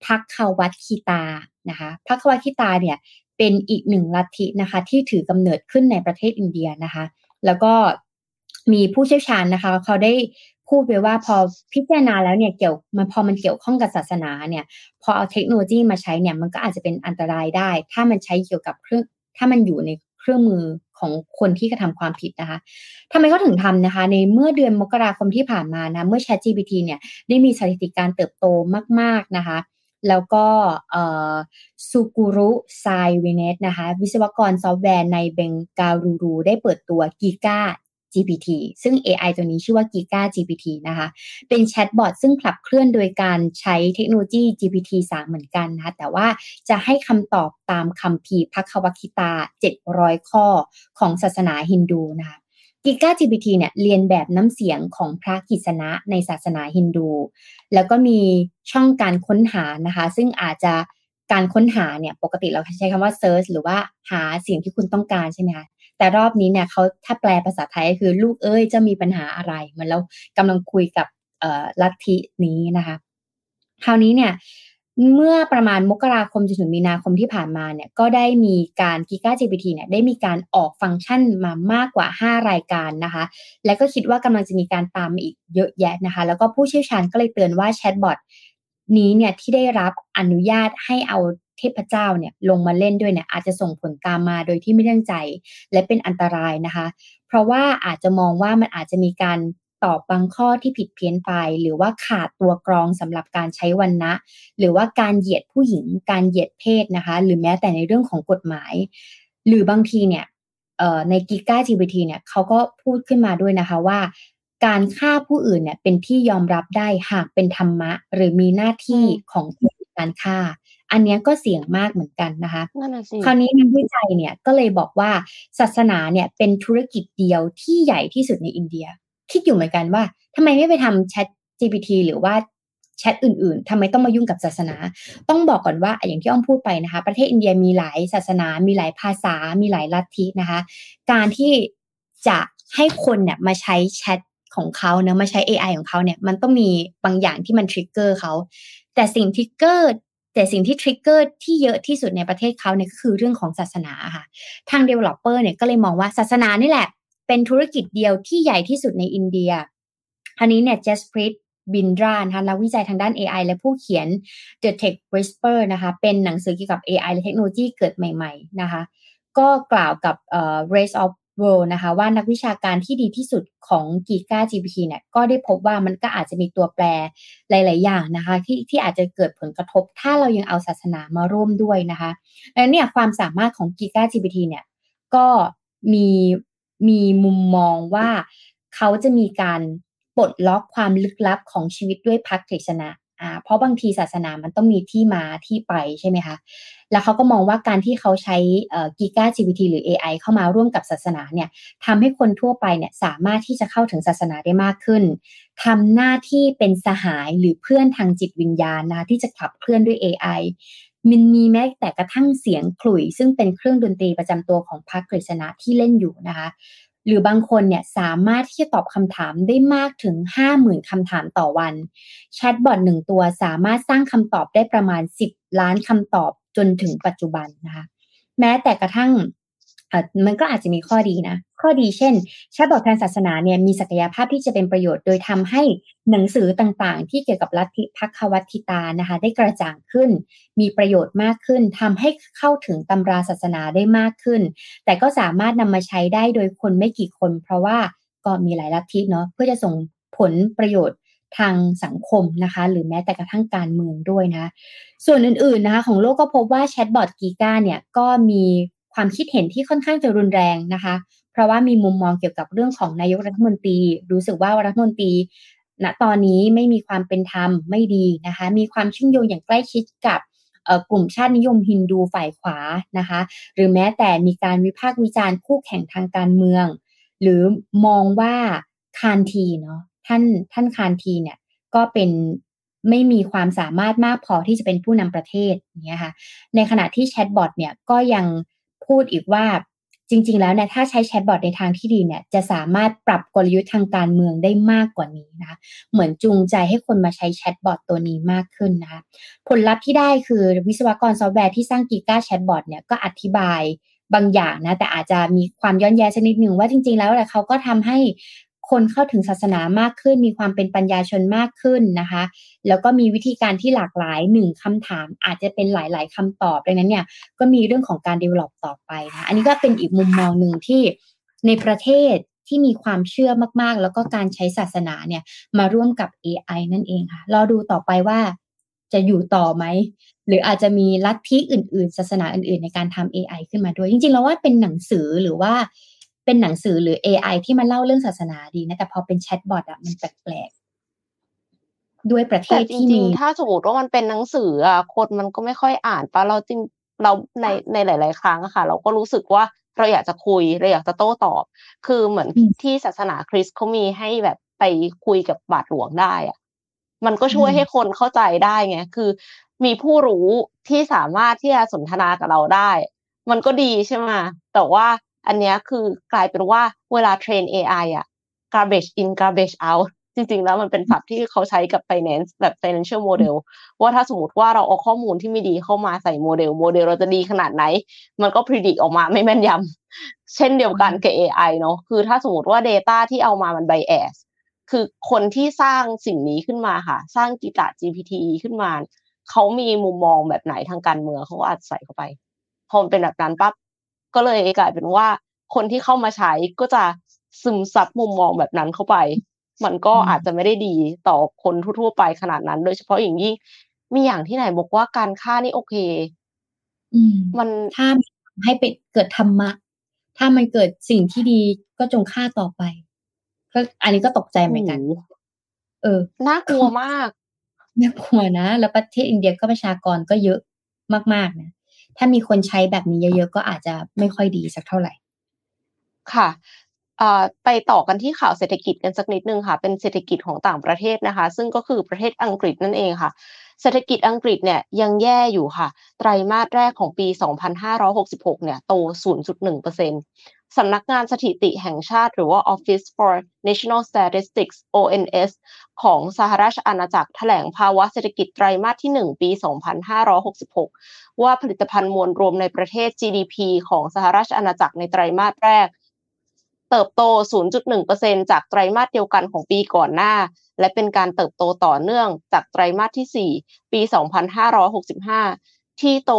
ภัควัตคีตานะคะภัควัตคีตาเนี่ยเป็นอีกหนึ่งลัทธินะคะที่ถือกำเนิดขึ้นในประเทศอินเดียนะคะแล้วก็มีผู้เชี่ยวชาญนะคะเขาได้พูดไปว่าพอพิจารณาแล้วเนี่ยพอมันเกี่ยวข้องกับศาสนาเนี่ยพอเอาเทคโนโลยีมาใช้เนี่ยมันก็อาจจะเป็นอันตรายได้ถ้ามันใช้เกี่ยวกับถ้ามันอยู่ในเครื่องมือของคนที่กระทำความผิดนะคะทำไมเขาถึงทำนะคะในเมื่อเดือนมกราคมที่ผ่านมานะเมื่อ ChatGPT เนี่ยได้มีสถิติการเติบโตมากๆนะคะแล้วก็ซูกุรุไซวิเนตนะคะวิศวกรซอฟต์แวร์ในเบงการูรูได้เปิดตัว Giga GPT ซึ่ง AI ตัวนี้ชื่อว่า Giga GPT นะคะเป็นแชทบอทซึ่งขับเคลื่อนโดยการใช้เทคโนโลยี GPT-3 เหมือนกันนะคะแต่ว่าจะให้คำตอบตามคัมภีร์ภัควัตคีตา700ข้อของศาสนาฮินดูนะคะ Giga GPT เนี่ยเรียนแบบน้ำเสียงของพระกฤษณะในศาสนาฮินดูแล้วก็มีช่องการค้นหานะคะซึ่งอาจจะการค้นหาเนี่ยปกติเราใช้คำว่า search หรือว่าหาสิ่งที่คุณต้องการใช่ไหมคะแต่รอบนี้เนี่ยเขาถ้าแปลภาษาไทยก็คือลูกเอ้ยจะมีปัญหาอะไรเหมือนเรากำลังคุยกับลัทธินี้นะคะคราวนี้เนี่ยเมื่อประมาณมกราคมจนถึงมีนาคมที่ผ่านมาเนี่ยก็ได้มีการ Giga GPT เนี่ยได้มีการออกฟังก์ชันมามากกว่า5รายการนะคะและก็คิดว่ากำลังจะมีการตามมาอีกเยอะแยะนะคะแล้วก็ผู้เชี่ยวชาญก็เลยเตือนว่าแชทบอทนี้เนี่ยที่ได้รับอนุญาตให้เอาเทพเจ้าเนี่ยลงมาเล่นด้วยเนี่ยอาจจะส่งผลตามมาโดยที่ไม่ตั้งใจและเป็นอันตรายนะคะเพราะว่าอาจจะมองว่ามันอาจจะมีการตอบบางข้อที่ผิดเพี้ยนไปหรือว่าขาดตัวกรองสำหรับการใช้วรรณะหรือว่าการเหยียดผู้หญิงการเหยียดเพศนะคะหรือแม้แต่ในเรื่องของกฎหมายหรือบางทีเนี่ยใน Giga GPT เนี่ยเขาก็พูดขึ้นมาด้วยนะคะว่าการฆ่าผู้อื่นเนี่ยเป็นที่ยอมรับได้หากเป็นธรรมะหรือมีหน้าที่ของการฆ่าอันนี้ก็เสี่ยงมากเหมือนกันนะคะคราวนี้นักวิจัยเนี่ยก็เลยบอกว่าศาสนาเนี่ยเป็นธุรกิจเดียวที่ใหญ่ที่สุดในอินเดียคิดอยู่เหมือนกันว่าทำไมไม่ไปทำ Chat GPT หรือว่าแชทอื่นๆทำไมต้องมายุ่งกับศาสนาต้องบอกก่อนว่าอย่างที่อ้อมพูดไปนะคะประเทศอินเดียมีหลายศาสนามีหลายภาษามีหลายลัทธินะคะการที่จะให้คนเนี่ยมาใช้แชทของเขาเนะมาใช้ AI ของเขาเนี่ยมันต้องมีบางอย่างที่มันทริกเกอร์เขาแต่สิ่งที่ทริกเกอร์ที่เยอะที่สุดในประเทศเขาเนี่ยก็คือเรื่องของศาสนาค่ะทาง developer เนี่ยก็เลยมองว่าศาสนานี่แหละเป็นธุรกิจเดียวที่ใหญ่ที่สุดในอินเดียอันนี้เนี่ย Jasprit Bindra นะคะนักวิจัยทางด้าน AI และผู้เขียน The Tech Whisper นะคะเป็นหนังสือเกี่ยวกับ AI และเทคโนโลยีเกิดใหม่ๆนะคะก็กล่าวกับRace of World นะคะว่านักวิชาการที่ดีที่สุดของ Giga GPT เนี่ยก็ได้พบว่ามันก็อาจจะมีตัวแปรหลายๆอย่างนะคะที่อาจจะเกิดผลกระทบถ้าเรายังเอาศาสนามาร่วมด้วยนะคะแล้วเนี่ยความสามารถของ Giga GPT เนี่ยก็มีมุมมองว่าเขาจะมีการปลดล็อกความลึกลับของชีวิตด้วยภักดิษณะเพราะบางทีศาสนามันต้องมีที่มาที่ไปใช่ไหมคะแล้วเขาก็มองว่าการที่เขาใช้Giga GPT หรือ AI เข้ามาร่วมกับศาสนาเนี่ยทำให้คนทั่วไปเนี่ยสามารถที่จะเข้าถึงศาสนาได้มากขึ้นทำหน้าที่เป็นสหายหรือเพื่อนทางจิตวิญญาณนะที่จะขับเคลื่อนด้วย AI มันมีแม้แต่กระทั่งเสียงขลุ่ยซึ่งเป็นเครื่องดนตรีประจำตัวของพรรคกฤษณะที่เล่นอยู่นะคะหรือบางคนเนี่ยสามารถที่จะตอบคำถามได้มากถึง 50,000 คำถามต่อวันแชทบอท1ตัวสามารถสร้างคำตอบได้ประมาณ10 ล้านคำตอบจนถึงปัจจุบันนะคะแม้แต่กระทั่งมันก็อาจจะมีข้อดีนะข้อดีเช่นแชทบอททางศาสนาเนี่ยมีศักยภาพที่จะเป็นประโยชน์โดยทำให้หนังสือต่างๆที่เกี่ยวกับลัทธิภัควัตคีตานะคะได้กระจ่างขึ้นมีประโยชน์มากขึ้นทำให้เข้าถึงตำราศาสนาได้มากขึ้นแต่ก็สามารถนำมาใช้ได้โดยคนไม่กี่คนเพราะว่าก็มีหลายลัทธิเนาะเพื่อจะส่งผลประโยชน์ทางสังคมนะคะหรือแม้แต่กระทั่งการเมืองด้วยนะส่วนอื่นๆนะคะของโลกก็พบว่าแชทบอทกีก้าเนี่ยก็มีความคิดเห็นที่ค่อนข้างจะรุนแรงนะคะเพราะว่ามีมุมมองเกี่ยวกับเรื่องของนายกรัฐมนตรีรู้สึกว่ารัฐมนตรีณตอนนี้ไม่มีความเป็นธรรมไม่ดีนะคะมีความเชื่อมโยงอย่างใกล้ชิดกับกลุ่มชาตินิยมฮินดูฝ่ายขวานะคะหรือแม้แต่มีการวิพากษ์วิจารณ์คู่แข่งทางการเมืองหรือมองว่าคานทีเนาะท่านคานทีเนี่ยก็เป็นไม่มีความสามารถมากพอที่จะเป็นผู้นำประเทศอย่างเงี้ยค่ะในขณะที่แชทบอทเนี่ยก็ยังพูดอีกว่าจริงๆแล้วเนี่ยถ้าใช้แชทบอทในทางที่ดีเนี่ยจะสามารถปรับกลยุทธ์ทางการเมืองได้มากกว่านี้นะคะเหมือนจูงใจให้คนมาใช้แชทบอทตัวนี้มากขึ้นนะคะผลลัพธ์ที่ได้คือวิศวกรซอฟต์แวร์ที่สร้างกิก้าแชทบอทเนี่ยก็อธิบายบางอย่างนะแต่อาจจะมีความย้อนแย้งสักนิดหนึ่งว่าจริงๆแล้วเขาก็ทำให้คนเข้าถึงศาสนามากขึ้นมีความเป็นปัญญาชนมากขึ้นนะคะแล้วก็มีวิธีการที่หลากหลาย1คำถามอาจจะเป็นหลายๆคำตอบดังนั้นเนี่ยก็มีเรื่องของการ develop ต่อไปนะอันนี้ก็เป็นอีกมุมมองหนึ่งที่ในประเทศที่มีความเชื่อมากๆแล้วก็การใช้ศาสนาเนี่ยมาร่วมกับ AI นั่นเองค่ะรอดูต่อไปว่าจะอยู่ต่อไหมหรืออาจจะมีลัทธิอื่นๆศาสนาอื่นๆในการทำ AI ขึ้นมาด้วยจริงๆแล้วว่าเป็นหนังสือหรือว่าเป็นหนังสือหรือ AI ที่มาเล่าเรื่องศาสนาดีนะแต่พอเป็นแชทบอทอะมันแปลกๆด้วยประเทศที่มีถ้าสมมติว่ามันเป็นหนังสือคนมันก็ไม่ค่อยอ่านปะเราจริงเราในหลายๆครั้งอะค่ะเราก็รู้สึกว่าเราอยากจะคุยเราอยากจะโต้ตอบคือเหมือนที่ศาสนาคริสต์เขามีให้แบบไปคุยกับบาทหลวงได้อะมันก็ช่วยให้คนเข้าใจได้ไงคือมีผู้รู้ที่สามารถที่จะสนทนากับเราได้มันก็ดีใช่ไหมแต่ว่าอันเนี้ยคือกลายเป็นว่าเวลาเทรน AI garbage in garbage out จริงๆแล้วมันเป็นศัพท์ที่เขาใช้กับ finance แบบ financial model ว่าถ้าสมมติว่าเราเอาข้อมูลที่ไม่ดีเข้ามาใส่โมเดลเราจะดีขนาดไหนมันก็ predict ออกมาไม่แม่นยำเช่นเดียวกันกับ AI เนาะคือถ้าสมมติว่า data ที่เอามามัน bias คือคนที่สร้างสิ่งนี้ขึ้นมาค่ะสร้างกีตา GPT ขึ้นมาเขามีมุมมองแบบไหนทางการเมืองเขาก็อาจใส่เข้าไปพอมันเป็นแบบนั้นปั๊บก็เลยกลายเป็นว่าคนที่เข้ามาใช้ก็จะซึมซับมุมมองแบบนั้นเข้าไปมันก็อาจจะไม่ได้ดีต่อคนทั่วๆไปขนาดนั้นโดยเฉพาะอย่างยิ่งมีอย่างที่ไหนบอกว่าการฆ่านี่โอเคมันถ้าให้เป็นเกิดธรรมะถ้ามันเกิดสิ่งที่ดีก็จงฆ่าต่อไปก็อันนี้ก็ตกใจเหมือนกันน่ากลัวมากน่ากลัวนะแล้วประเทศอินเดียก็ประชากรก็เยอะมากๆนะถ้ามีคนใช้แบบนี้เยอะๆก็อาจจะไม่ค่อยดีสักเท่าไหร่ค่ะไปต่อกันที่ข่าวเศรษฐกิจกันสักนิดนึงค่ะเป็นเศรษฐกิจของต่างประเทศนะคะซึ่งก็คือประเทศอังกฤษนั่นเองค่ะเศรษฐกิจอังกฤษเนี่ยยังแย่อยู่ค่ะไตรมาสแรกของปี2566เนี่ยโต 0.1% สำนักงานสถิติแห่งชาติหรือว่า Office for National Statistics ONS ของสหราชอาณาจักรแถลงภาวะเศรษฐกิจไตรมาสที่1ปี2566ว่าผลิตภัณฑ์มวลรวมในประเทศ GDP ของสหราชอาณาจักรในไตรมาสแรกเติบโต 0.1% จากไตรมาสเดียวกันของปีก่อนหน้าและเป็นการเติบโตต่อเนื่องจากไตรมาสที่4ปี2565ที่โต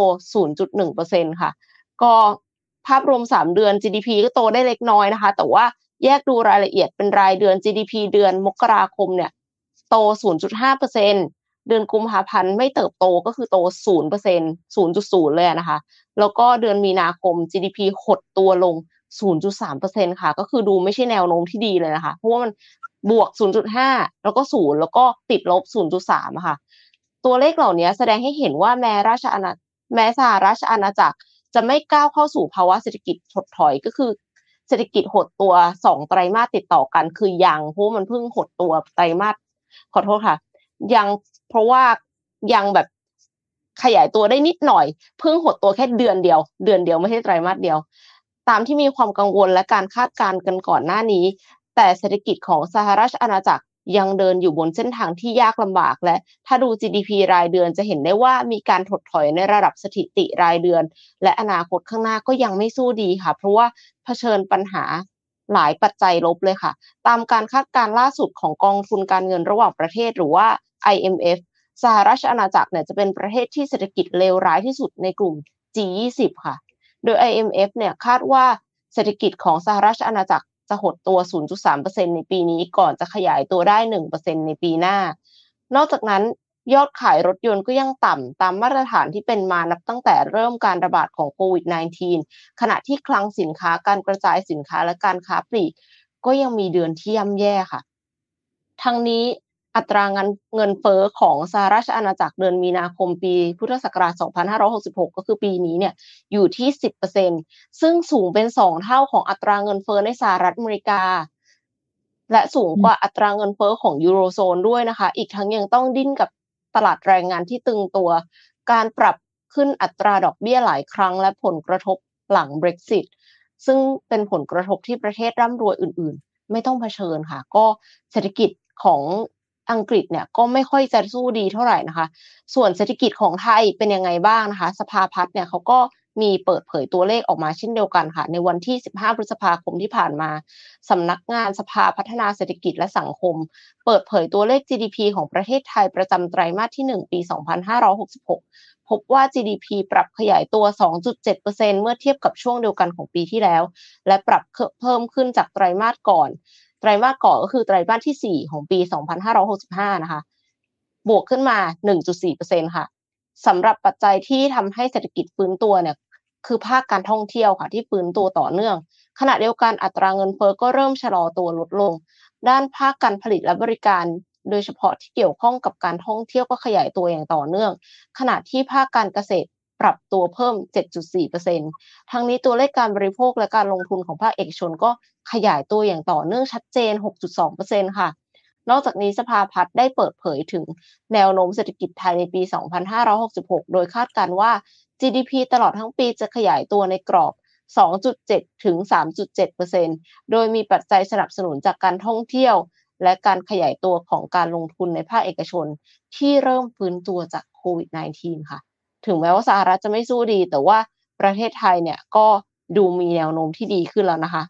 0.1% ค่ะก็ภาพรวม3เดือน GDP ก็โตได้เล็กน้อยนะคะแต่ว่าแยกดูรายละเอียดเป็นรายเดือน GDP เดือนมกราคมเนี่ยโต 0.5% เดือนกุมภาพันธ์ไม่เติบโตก็คือโต 0% 0.0 เลยนะคะแล้วก็เดือนมีนาคม GDP หดตัวลง0.3% ค่ะก็คือดูไม่ใช่แนวโน้มที่ดีเลยนะคะเพราะว่ามันบวก 0.5 แล้วก็0แล้วก็ติดลบ 0.3 ค่ะตัวเลขเหล่านี้แสดงให้เห็นว่าแม้สหราชอาณาจักรจะไม่ก้าวเข้าสู่ภาวะเศรษฐกิจถดถอยก็คือเศรษฐกิจหดตัว2ไตรมาสติดต่อกันคือยังเพราะมันเพิ่งหดตัวไตรมาสขอโทษค่ะยังเพราะว่ายังแบบขยายตัวได้นิดหน่อยเพิ่งหดตัวแค่เดือนเดียวไม่ใช่ไตรมาสเดียวตามที่มีความกังวลและการคาดการณ์กันก่อนหน้านี้แต่เศรษฐกิจของสหราชอาณาจักรยังเดินอยู่บนเส้นทางที่ยากลำบากและถ้าดู GDP รายเดือนจะเห็นได้ว่ามีการถดถอยในระดับสถิติรายเดือนและอนาคตข้างหน้าก็ยังไม่สู้ดีค่ะเพราะว่าเผชิญปัญหาหลายปัจจัยลบเลยค่ะตามการคาดการณ์ล่าสุดของกองทุนการเงินระหว่างประเทศหรือว่า IMF สหราชอาณาจักรเนี่ยจะเป็นประเทศที่เศรษฐกิจเลวร้ายที่สุดในกลุ่ม G20 ค่ะโดย IMF เนี่ยคาดว่าเศรษฐกิจของสหราชอาณาจักรจะหดตัว 0.3% ในปีนี้ก่อนจะขยายตัวได้ 1% ในปีหน้านอกจากนั้นยอดขายรถยนต์ก็ยังต่ำตามมาตรฐานที่เป็นมานับตั้งแต่เริ่มการระบาดของโควิด -19 ขณะที่คลังสินค้าการกระจายสินค้าและการค้าปลีกก็ยังมีเดือนที่ย่ำแย่ค่ะทั้งนี้อัตราเงินเฟ้อของสหราชอาณาจักรเดือนมีนาคมปีพุทธศักราช 2566 ก็คือปีนี้เนี่ยอยู่ที่ 10% ซึ่งสูงเป็น2เท่าของอัตราเงินเฟ้อในสหรัฐอเมริกาและสูงกว่าอัตราเงินเฟ้อของยูโรโซนด้วยนะคะอีกทั้งยังต้องดิ้นกับตลาดแรงงานที่ตึงตัวการปรับขึ้นอัตราดอกเบี้ยหลายครั้งและผลกระทบหลัง Brexit ซึ่งเป็นผลกระทบที่ประเทศร่ำรวยอื่นๆไม่ต้องเผชิญค่ะก็เศรษฐกิจของอังกฤษเนี่ยก็ไม่ค่อยจะสู้ดีเท่าไหร่นะคะส่วนเศรษฐกิจของไทยเป็นยังไงบ้างนะคะสภาพัฒน์เนี่ยเขาก็มีเปิดเผยตัวเลขออกมาเช่นเดียวกันค่ะในวันที่15พฤษภาคมที่ผ่านมาสำนักงานสภาพัฒนาเศรษฐกิจและสังคมเปิดเผยตัวเลข GDP ของประเทศไทยประจำไตรมาสที่1ปี2566พบว่า GDP ปรับขยายตัว 2.7% เมื่อเทียบกับช่วงเดียวกันของปีที่แล้วและปรับเพิ่มขึ้นจากไตรมาสก่อนก็คือไตรมาสที่4ของปี2565นะคะบวกขึ้นมา 1.4% ค่ะสำหรับปัจจัยที่ทำให้เศรษฐกิจฟื้นตัวเนี่ยคือภาคการท่องเที่ยวค่ะที่ฟื้นตัวต่อเนื่องขณะเดียวกันอัตราเงินเฟ้อก็เริ่มชะลอตัวลดลงด้านภาคการผลิตและบริการโดยเฉพาะที่เกี่ยวข้องกับการท่องเที่ยวก็ขยายตัวอย่างต่อเนื่องขณะที่ภาคการเกษตรปรับตัวเพิ่ม 7.4% ทั้งนี้ตัวเลขการบริโภคและการลงทุนของภาคเอกชนก็ขยายตัวอย่างต่อเนื่องชัดเจน 6.2% ค่ะนอกจากนี้สภาพัฒน์ได้เปิดเผยถึงแนวโน้มเศรษฐกิจไทยในปี2566โดยคาดการณ์ว่า GDP ตลอดทั้งปีจะขยายตัวในกรอบ 2.7 ถึง 3.7% โดยมีปัจจัยสนับสนุนจากการท่องเที่ยวและการขยายตัวของการลงทุนในภาคเอกชนที่เริ่มฟื้นตัวจากโควิด -19 ค่ะถึงแม้ว่าสหรัฐจะไม่สู้ดีแต่ว่าประเทศไทยเนี่ยก็ดูมีแนวโน้มที่ดีขึ้นแล้วนะคะ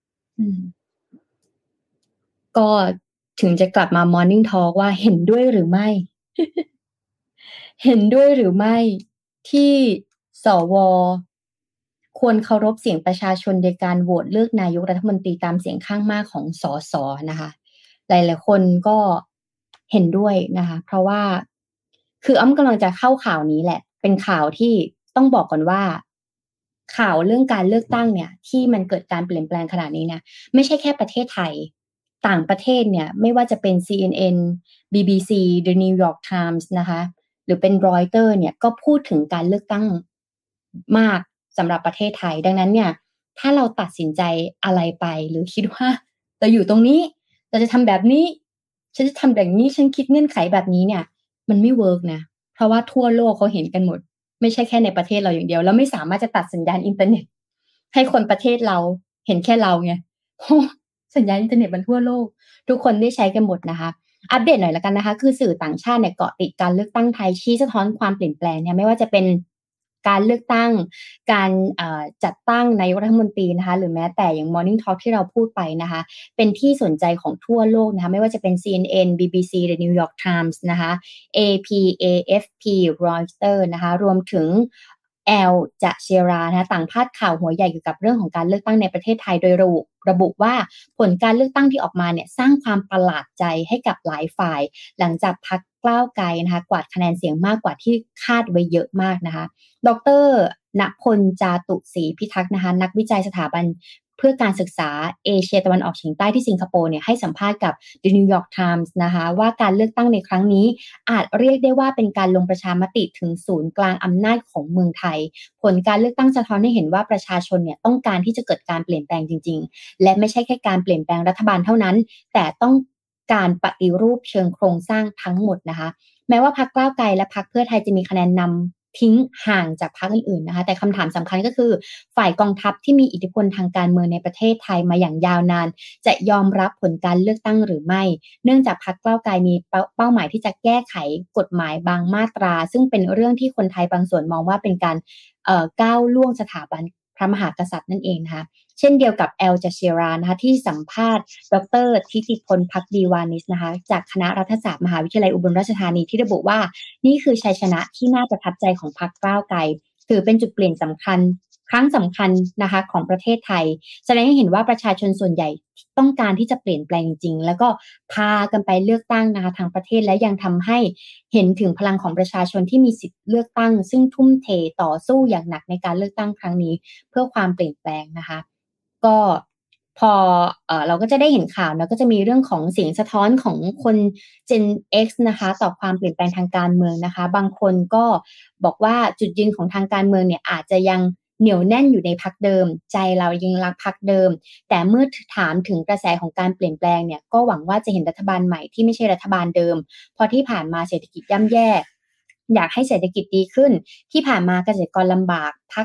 ก็ถึงจะกลับมา Morning Talk ว่าเห็นด้วยหรือไม่ เห็นด้วยหรือไม่ที่สวควรเคารพเสียงประชาชนในการโหวตเลือกนายกรัฐมนตรีตามเสียงข้างมากของสสนะคะหลายๆคนก็เห็นด้วยนะคะเพราะว่าคืออ้ำกำลังจะเข้าข่าวนี้แหละเป็นข่าวที่ต้องบอกก่อนว่าข่าวเรื่องการเลือกตั้งเนี่ยที่มันเกิดการเปลี่ยนแปลงขนาดนี้เนี่ยไม่ใช่แค่ประเทศไทยต่างประเทศเนี่ยไม่ว่าจะเป็น CNN BBC The New York Times นะคะหรือเป็น Reuters เนี่ยก็พูดถึงการเลือกตั้งมากสำหรับประเทศไทยดังนั้นเนี่ยถ้าเราตัดสินใจอะไรไปหรือคิดว่าเราอยู่ตรงนี้เราจะทำแบบนี้ฉันจะทำแบบนี้ฉันคิดเงื่อนไขแบบนี้เนี่ยมันไม่เวิร์กนะเพราะว่าทั่วโลกเขาเห็นกันหมดไม่ใช่แค่ในประเทศเราอย่างเดียวแล้วไม่สามารถจะตัดสัญญาณอินเทอร์เน็ตให้คนประเทศเราเห็นแค่เราไงสัญญาณอินเทอร์เน็ตมันทั่วโลกทุกคนได้ใช้กันหมดนะคะอัปเดตหน่อยละกันนะคะคือสื่อต่างชาติเนี่ยเกาะติดการเลือกตั้งไทยชี้สะท้อนความเปลี่ยนแปลงเนี่ยไม่ว่าจะเป็นการเลือกตั้งการจัดตั้งนายกรัฐมนตรีนะคะหรือแม้แต่อย่าง Morning Talk ที่เราพูดไปนะคะเป็นที่สนใจของทั่วโลกนะคะไม่ว่าจะเป็น CNN BBC The New York Times นะคะ AP AFP Reuters นะคะรวมถึงแอลจะเชรานะคะต่างพาดข่าวหัวใหญ่เกี่ยวกับเรื่องของการเลือกตั้งในประเทศไทยโดยระบุว่าผลการเลือกตั้งที่ออกมาเนี่ยสร้างความประหลาดใจให้กับหลายฝ่ายหลังจากพรรคก้าวไกลนะคะกวาดคะแนนเสียงมากกว่าที่คาดไว้เยอะมากนะคะดร.ณพลจาตุศรีพิทักษ์นะคะนักวิจัยสถาบันเพื่อการศึกษาเอเชียตะวันออกเฉียงใต้ที่สิงคโปร์เนี่ยให้สัมภาษณ์กับ The New York Times นะคะว่าการเลือกตั้งในครั้งนี้อาจเรียกได้ว่าเป็นการลงประชามติถึงศูนย์กลางอำนาจของเมืองไทยผลการเลือกตั้งสะท้อนให้เห็นว่าประชาชนเนี่ยต้องการที่จะเกิดการเปลี่ยนแปลงจริงๆและไม่ใช่แค่การเปลี่ยนแปลงรัฐบาลเท่านั้นแต่ต้องการปฏิรูปเชิงโครงสร้างทั้งหมดนะคะแม้ว่าพรรคก้าวไกลและพรรคเพื่อไทยจะมีคะแนนนำทิ้งห่างจากพรรคอื่นๆนะคะแต่คำถามสำคัญก็คือฝ่ายกองทัพที่มีอิทธิพลทางการเมืองในประเทศไทยมาอย่างยาวนานจะยอมรับผลการเลือกตั้งหรือไม่เนื่องจากพรรคก้าวไกลมีเป้าหมายที่จะแก้ไขกฎหมายบางมาตราซึ่งเป็นเรื่องที่คนไทยบางส่วนมองว่าเป็นการก้าวล่วงสถาบันพระมหากษัตริย์นั่นเองนะคะเช่นเดียวกับแอลจาเชรานะคะที่สัมภาษณ์ดร.ทิติพลภักดีวานิชนะคะจากคณะรัฐศาสตร์มหาวิทยาลัยอุบลราชธานีที่ระบุว่านี่คือชัยชนะที่น่าประทับใจของพรรคก้าวไกลถือเป็นจุดเปลี่ยนสำคัญครั้งสำคัญนะคะของประเทศไทยแสดงให้เห็นว่าประชาชนส่วนใหญ่ต้องการที่จะเปลี่ยนแปลงจริงแล้วก็พากันไปเลือกตั้งนะคะทางประเทศและยังทำให้เห็นถึงพลังของประชาชนที่มีสิทธิ์เลือกตั้งซึ่งทุ่มเทต่อสู้อย่างหนักในการเลือกตั้งครั้งนี้เพื่อความเปลี่ยนแปลงนะคะก็พอเราก็จะได้เห็นข่าวแล้วก็จะมีเรื่องของเสียงสะท้อนของคน Gen X นะคะต่อความเปลี่ยนแปลงทางการเมืองนะคะบางคนก็บอกว่าจุดยืนของทางการเมืองเนี่ยอาจจะยังเหนียวแน่นอยู่ในพรรคเดิมใจเรายังรักพรรคเดิมแต่เมื่อถามถึงกระแสของการเปลี่ยนแปลงเนี่ยก็หวังว่าจะเห็นรัฐบาลใหม่ที่ไม่ใช่รัฐบาลเดิมเพราะที่ผ่านมาเศรษฐกิจย่ำแย่อยากให้เศรษฐกิจดีขึ้นที่ผ่านมาเกษตรกรลำบากพรรค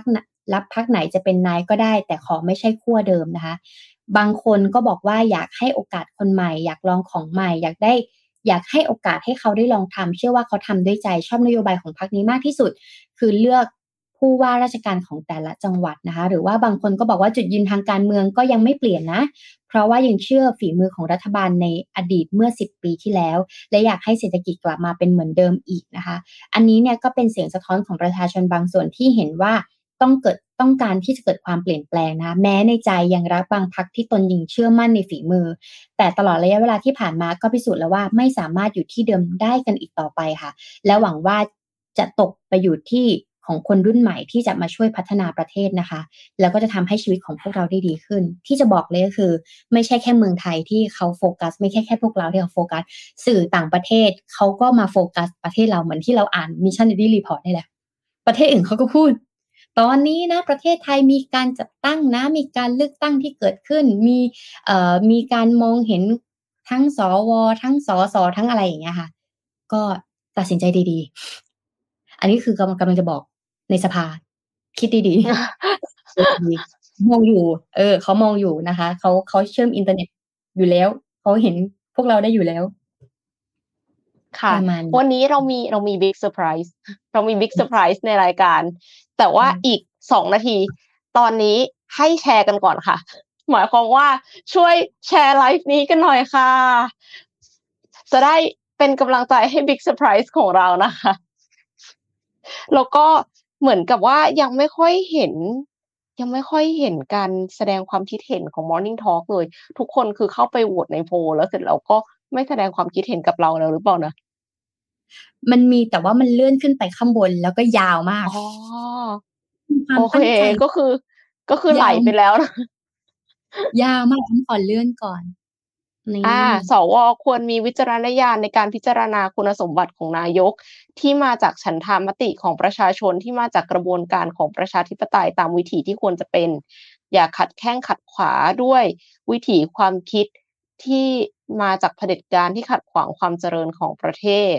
รับพรรคไหนจะเป็นนายก็ได้แต่ขอไม่ใช่ขั้วเดิมนะคะบางคนก็บอกว่าอยากให้โอกาสคนใหม่อยากลองของใหม่อยากให้โอกาสให้เขาได้ลองทำเชื่อว่าเขาทำด้วยใจชอบนโยบายของพรรคนี้มากที่สุดคือเลือกผู้ว่าราชการของแต่ละจังหวัดนะคะหรือว่าบางคนก็บอกว่าจุดยืนทางการเมืองก็ยังไม่เปลี่ยนนะเพราะว่ายังเชื่อฝีมือของรัฐบาลในอดีตเมื่อ10 ปีที่แล้วและอยากให้เศรษฐกิจกลับมาเป็นเหมือนเดิมอีกนะคะอันนี้เนี่ยก็เป็นเสียงสะท้อนของประชาชนบางส่วนที่เห็นว่าต้องการที่จะเกิดความเปลี่ยนแปลงนะแม้ในใจยังรักบางพรรคที่ตนยังเชื่อมั่นในฝีมือแต่ตลอดระยะเวลาที่ผ่านมาก็พิสูจน์แล้วว่าไม่สามารถอยู่ที่เดิมได้กันอีกต่อไปค่ะและหวังว่าจะตกไปอยู่ที่ของคนรุ่นใหม่ที่จะมาช่วยพัฒนาประเทศนะคะแล้วก็จะทำให้ชีวิตของพวกเราได้ดีขึ้นที่จะบอกเลยก็คือไม่ใช่แค่เมืองไทยที่เขาโฟกัสไม่ใช่แค่พวกเราที่เขาโฟกัสสื่อต่างประเทศเขาก็มาโฟกัสประเทศเราเหมือนที่เราอ่าน Mission Daily Report นี่แหละประเทศอื่นเขาก็พูดตอนนี้นะประเทศไทยมีการจัดตั้งนะมีการเลือกตั้งที่เกิดขึ้นมีการมองเห็นทั้งสวทั้งสสทั้งอะไรอย่างเงี้ยค่ะก็ตัดสินใจดีๆอันนี้คือกำลังจะบอกในสภาคิดดีๆมองอยู่เขามองอยู่นะคะเขาเชื่อมอินเทอร์เน็ตอยู่แล้วเขาเห็นพวกเราได้อยู่แล้วค่ะวันนี้เรามีบิ๊กเซอร์ไพรส์เรามีบิ๊กเซอร์ไพรส์ในรายการแต่ว่าอีก2 นาทีตอนนี้ให้แชร์กันก่อนค่ะหมายความว่าช่วยแชร์ไลฟ์นี้กันหน่อยค่ะจะได้เป็นกำลังใจให้บิ๊กเซอร์ไพรส์ของเรานะคะแล้วก็เหมือนกับว่ายังไม่ค่อยเห็นการแสดงความคิดเห็นของ Morning Talk เลยทุกคนคือเข้าไปโหวตในโพลแล้วเสร็จแล้วก็ไม่แสดงความคิดเห็นกับเราแล้วหรือเปล่านะมันมีแต่ว่ามันเลื่อนขึ้นไปข้างบนแล้วก็ยาวมากอ๋อโอเคก็คือไหลไปแล้วนะยาวมากขอเลื่อนก่อนสวควรมีวิจารณญาณในการพิจารณาคุณสมบัติของนายกที่มาจากฉันทามติของประชาชนที่มาจากกระบวนการของประชาธิปไตยตามวิถีที่ควรจะเป็นอย่าขัดแข้งขัดขวาด้วยวิถีความคิดที่มาจากเผด็จการที่ขัดขวางความเจริญของประเทศ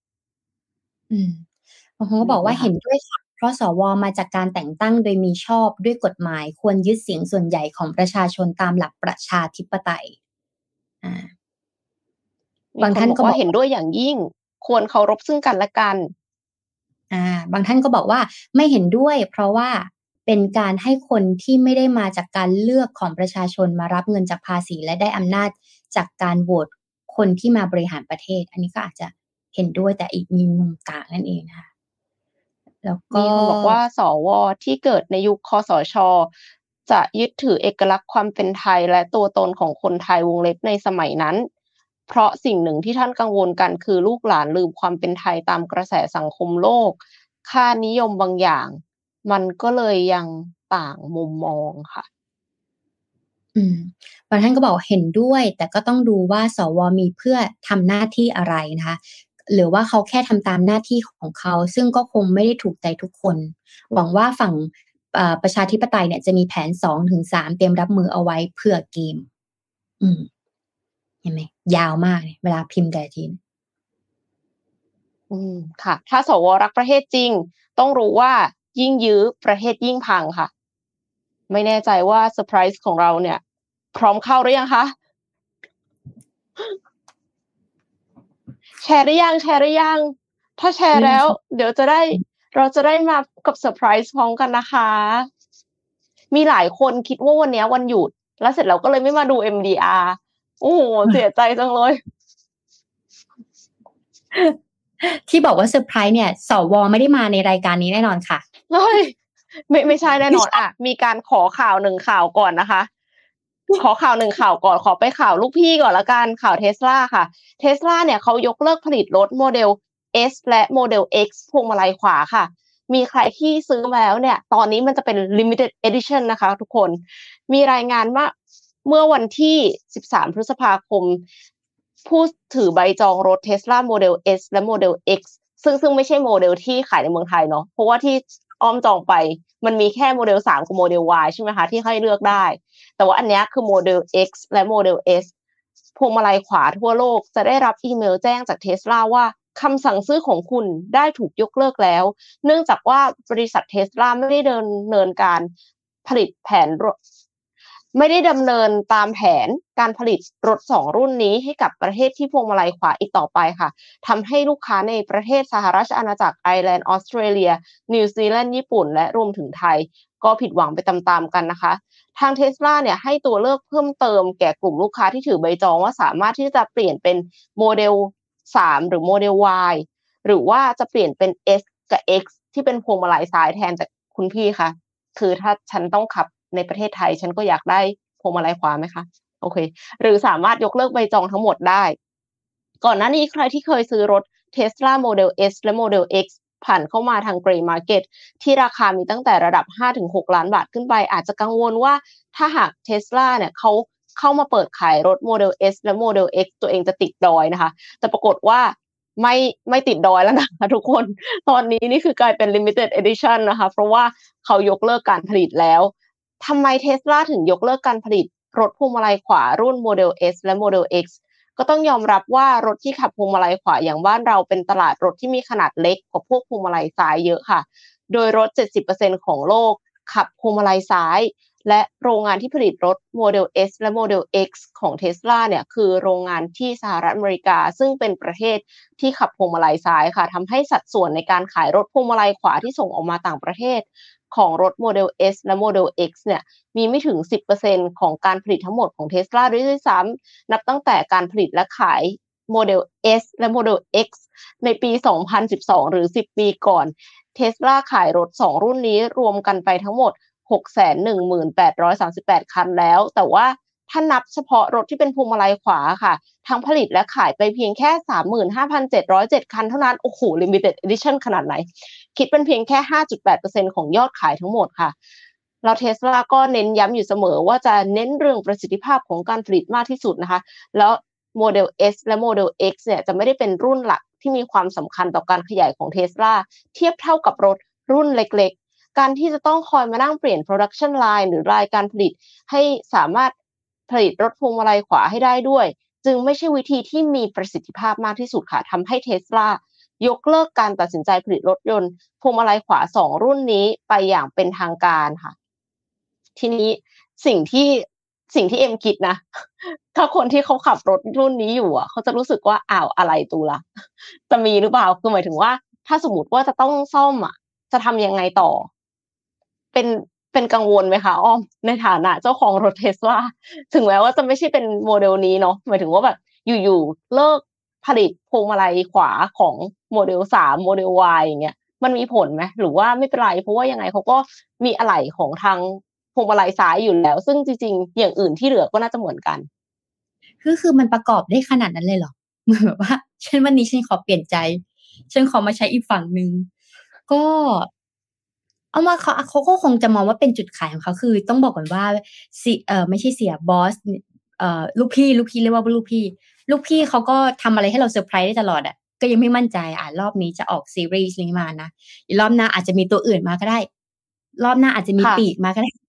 เขาบอกว่าเห็นด้วยค่ะเพราะสวมาจากการแต่งตั้งโดยมีชอบด้วยกฎหมายควรยึดเสียงส่วนใหญ่ของประชาชนตามหลักประชาธิปไตยบางท่านก็บอกเห็นด้วยอย่างยิ่งควรเคารพซึ่งกันและกันบางท่านก็บอกว่าไม่เห็นด้วยเพราะว่าเป็นการให้คนที่ไม่ได้มาจากการเลือกของประชาชนมารับเงินจากภาษีและได้อำนาจจากการโหวตคนที่มาบริหารประเทศอันนี้ก็อาจจะเห็นด้วยแต่อีกมีมุมต่างนั่นเองนะคะแล้วก็มีคนบอกว่าสวที่เกิดในยุคคสช.จะยึดถือเอกลักษณ์ความเป็นไทยและตัวตนของคนไทยวงเล็บในสมัยนั้นเพราะสิ่งหนึ่งที่ท่านกังวลกันคือลูกหลานลืมความเป็นไทยตามกระแสสังคมโลกค่านิยมบางอย่างมันก็เลยยังต่างมุมมองค่ะบางท่านก็บอกเห็นด้วยแต่ก็ต้องดูว่าสวมีเพื่อทำหน้าที่อะไรนะคะหรือว่าเขาแค่ทำตามหน้าที่ของเขาซึ่งก็คงไม่ได้ถูกใจทุกคนหวังว่าฝั่งประชาธิปไตยเนี่ยจะมีแผน 2-3 เตรียมรับมือเอาไว้เพื่อเกมเห็นไหมยาวมากเวลาพิมพ์แต่ทีค่ะถ้าสวรักประเทศจริงต้องรู้ว่ายิ่งยื้อประเทศยิ่งพังค่ะไม่แน่ใจว่าเซอร์ไพรส์ของเราเนี่ยพร้อมเข้าหรือยังคะแชร์หรือยังถ้าแชร์แล้วเดี๋ยวเราจะได้มากับเซอร์ไพรส์พร้อมกันนะคะมีหลายคนคิดว่าวันนี้วันหยุดแล้วเสร็จแล้วก็เลยไม่มาดู MDR โอ้โหเสียใจจังเลยที่บอกว่าเซอร์ไพรส์เนี่ยสวไม่ได้มาในรายการนี้แน่นอนค่ะเฮ้ยไม่ใช่แน่นอนมีการขอข่าว1ข่าวก่อนนะคะขอข่าว1ข่าวก่อนขอไปข่าวลูกพี่ก่อนละกันข่าว Tesla ค่ะ Tesla เนี่ยเขายกเลิกผลิตรถโมเดล S และโมเดล X พวงมาลัยขวาค่ะมีใครที่ซื้อมาแล้วเนี่ยตอนนี้มันจะเป็น limited edition นะคะทุกคนมีรายงานว่าเมื่อวันที่13พฤษภาคมผู้ถือใบจองรถ Tesla Model S และ Model X ซึ่งไม่ใช่โมเดลที่ขายในเมืองไทยเนาะเพราะว่าที่อ้อมจองไปมันมีแค่โมเดล3กับโมเดล Y ใช่ไหมคะที่ให้เลือกได้แต่ว่าอันนี้คือโมเดล X และโมเดล S พวงมาลัยขวาทั่วโลกจะได้รับอีเมลแจ้งจาก Tesla ว่าคำสั่งซื้อของคุณได้ถูกยกเลิกแล้วเนื่องจากว่าบริษัท Tesla ไม่ได้ดำเนินการผลิตไม่ได้ดำเนินตามแผนการผลิตรถ2รุ่นนี้ให้กับประเทศที่พวงมาลัยขวาอีกต่อไปค่ะทำให้ลูกค้าในประเทศสหราชอาณาจักรไอร์แลนด์ออสเตรเลียนิวซีแลนด์ญี่ปุ่นและรวมถึงไทยก็ผิดหวังไปตามๆกันนะคะทาง Tesla เนี่ยให้ตัวเลือกเพิ่มเติมแก่กลุ่มลูกค้าที่ถือใบจองว่าสามารถที่จะเปลี่ยนเป็นโมเดล3หรือโมเดล Y หรือว่าจะเปลี่ยนเป็น S กับ X ที่เป็นพวงมาลัยซ้ายแทนจากคุณพี่คะคือถ้าฉันต้องขับในประเทศไทยฉันก็อยากได้พวงมาลัยขวาไหมคะโอเคหรือสามารถยกเลิกใบจองทั้งหมดได้ก่อนหน้านี้ใครที่เคยซื้อรถ Tesla Model S และ Model X ผ่านเข้ามาทาง Gray Market ที่ราคามีตั้งแต่ระดับ 5-6 ล้านบาทขึ้นไปอาจจะกังวลว่าถ้าหาก Tesla เนี่ยเขาเข้ามาเปิดขายรถ Model S และ Model X ตัวเองจะติดดอยนะคะแต่ปรากฏว่าไม่ติดดอยแล้วนะคะทุกคนตอนนี้นี่คือกลายเป็น limited edition นะคะเพราะว่าเขายกเลิกการผลิตแล้วทำไม Tesla ถึงยกเลิกการผลิตรถพวงมาลัยขวารุ่น Model S และ Model X ก็ต้องยอมรับว่ารถที่ขับพวงมาลัยขวาอย่างบ้านเราเป็นตลาดรถที่มีขนาดเล็กกว่าพวกพวงมาลัยซ้ายเยอะค่ะโดยรถ 70% ของโลกขับพวงมาลัยซ้ายและโรงงานที่ผลิตรถ Model S และ Model X ของ Tesla เนี่ยคือโรงงานที่สหรัฐอเมริกาซึ่งเป็นประเทศที่ขับพวงมาลัยซ้ายค่ะทำให้สัดส่วนในการขายรถพวงมาลัยขวาที่ส่งออกมาต่างประเทศของรถ Model S และ Model X เนี่ยมีไม่ถึง 10% ของการผลิตทั้งหมดของ Tesla ด้วยซ้ำนับตั้งแต่การผลิตและขาย Model S และ Model X ในปี 2012 หรือ 10 ปีก่อน Tesla ขายรถ2รุ่นนี้รวมกันไปทั้งหมด 618,838 คันแล้วแต่ว่าถ้านับเฉพาะรถที่เป็นพวงมาลัยขวาค่ะทั้งผลิตและขายไปเพียงแค่ 35,707 คันเท่านั้นโอ้โห limited edition ขนาดไหนคิดเป็นเพียงแค่ 5.8% ของยอดขายทั้งหมดค่ะแล้ว Tesla ก็เน้นย้ำอยู่เสมอว่าจะเน้นเรื่องประสิทธิภาพของการผลิตมากที่สุดนะคะแล้ว Model S และ Model X เนี่ยจะไม่ได้เป็นรุ่นหลักที่มีความสำคัญต่อการขยายของ Tesla เทียบเท่ากับรถรุ่นเล็กๆการที่จะต้องคอยมานั่งเปลี่ยน production line หรือรายการผลิตให้สามารถผลิตรถพวงมาลัยขวาให้ได้ด้วยจึงไม่ใช่วิธีที่มีประสิทธิภาพมากที่สุดค่ะทำให้ Tesla ยกเลิกการตัดสินใจผลิตรถยนต์พวงมาลัยขวา2รุ่นนี้ไปอย่างเป็นทางการค่ะทีนี้สิ่งที่เอ็มคิดนะถ้าคนที่เขาขับรถรุ่นนี้อยู่อ่ะเขาจะรู้สึกว่าอ้าวอะไรตูละจะมีหรือเปล่าคือหมายถึงว่าถ้าสมมติว่าจะต้องซ่อมอ่ะจะทำยังไงต่อเป็นกังวลไหมคะอ้อมในฐานะเจ้าของรถ Tesla ถึงแม้ว่าจะไม่ใช่เป็นโมเดลนี้เนาะหมายถึงว่าแบบอยู่ๆเลิกผลิตพวงมาลัยขวาของโมเดล3โมเดล Y อย่างเงี้ยมันมีผลไหมหรือว่าไม่เป็นไรเพราะว่ายังไงเขาก็มีอะไหล่ของทางพวงมาลัยซ้ายอยู่แล้วซึ่งจริงๆอย่างอื่นที่เหลือก็น่าจะเหมือนกันคือมันประกอบได้ขนาดนั้นเลยเหรอเหมือนแบบว่าฉันวันนี้ฉันขอเปลี่ยนใจฉันขอมาใช้อีกฝั่งนึงก็เอามาเขาก็คงจะมองว่าเป็นจุดขายของเขาคือต้องบอกก่อนว่าไม่ใช่เสียบอสลูกพี่เรียกว่าลูกพี่เขาก็ทำอะไรให้เราเซอร์ไพรส์ได้ตลอดอ่ะก็ยังไม่มั่นใจรอบนี้จะออกซีรีส์นี้มานะอีกรอบหน้าอาจจะมีตัวอื่นมาก็ได้รอบหน้าอาจจะมีปีกมาก็ได้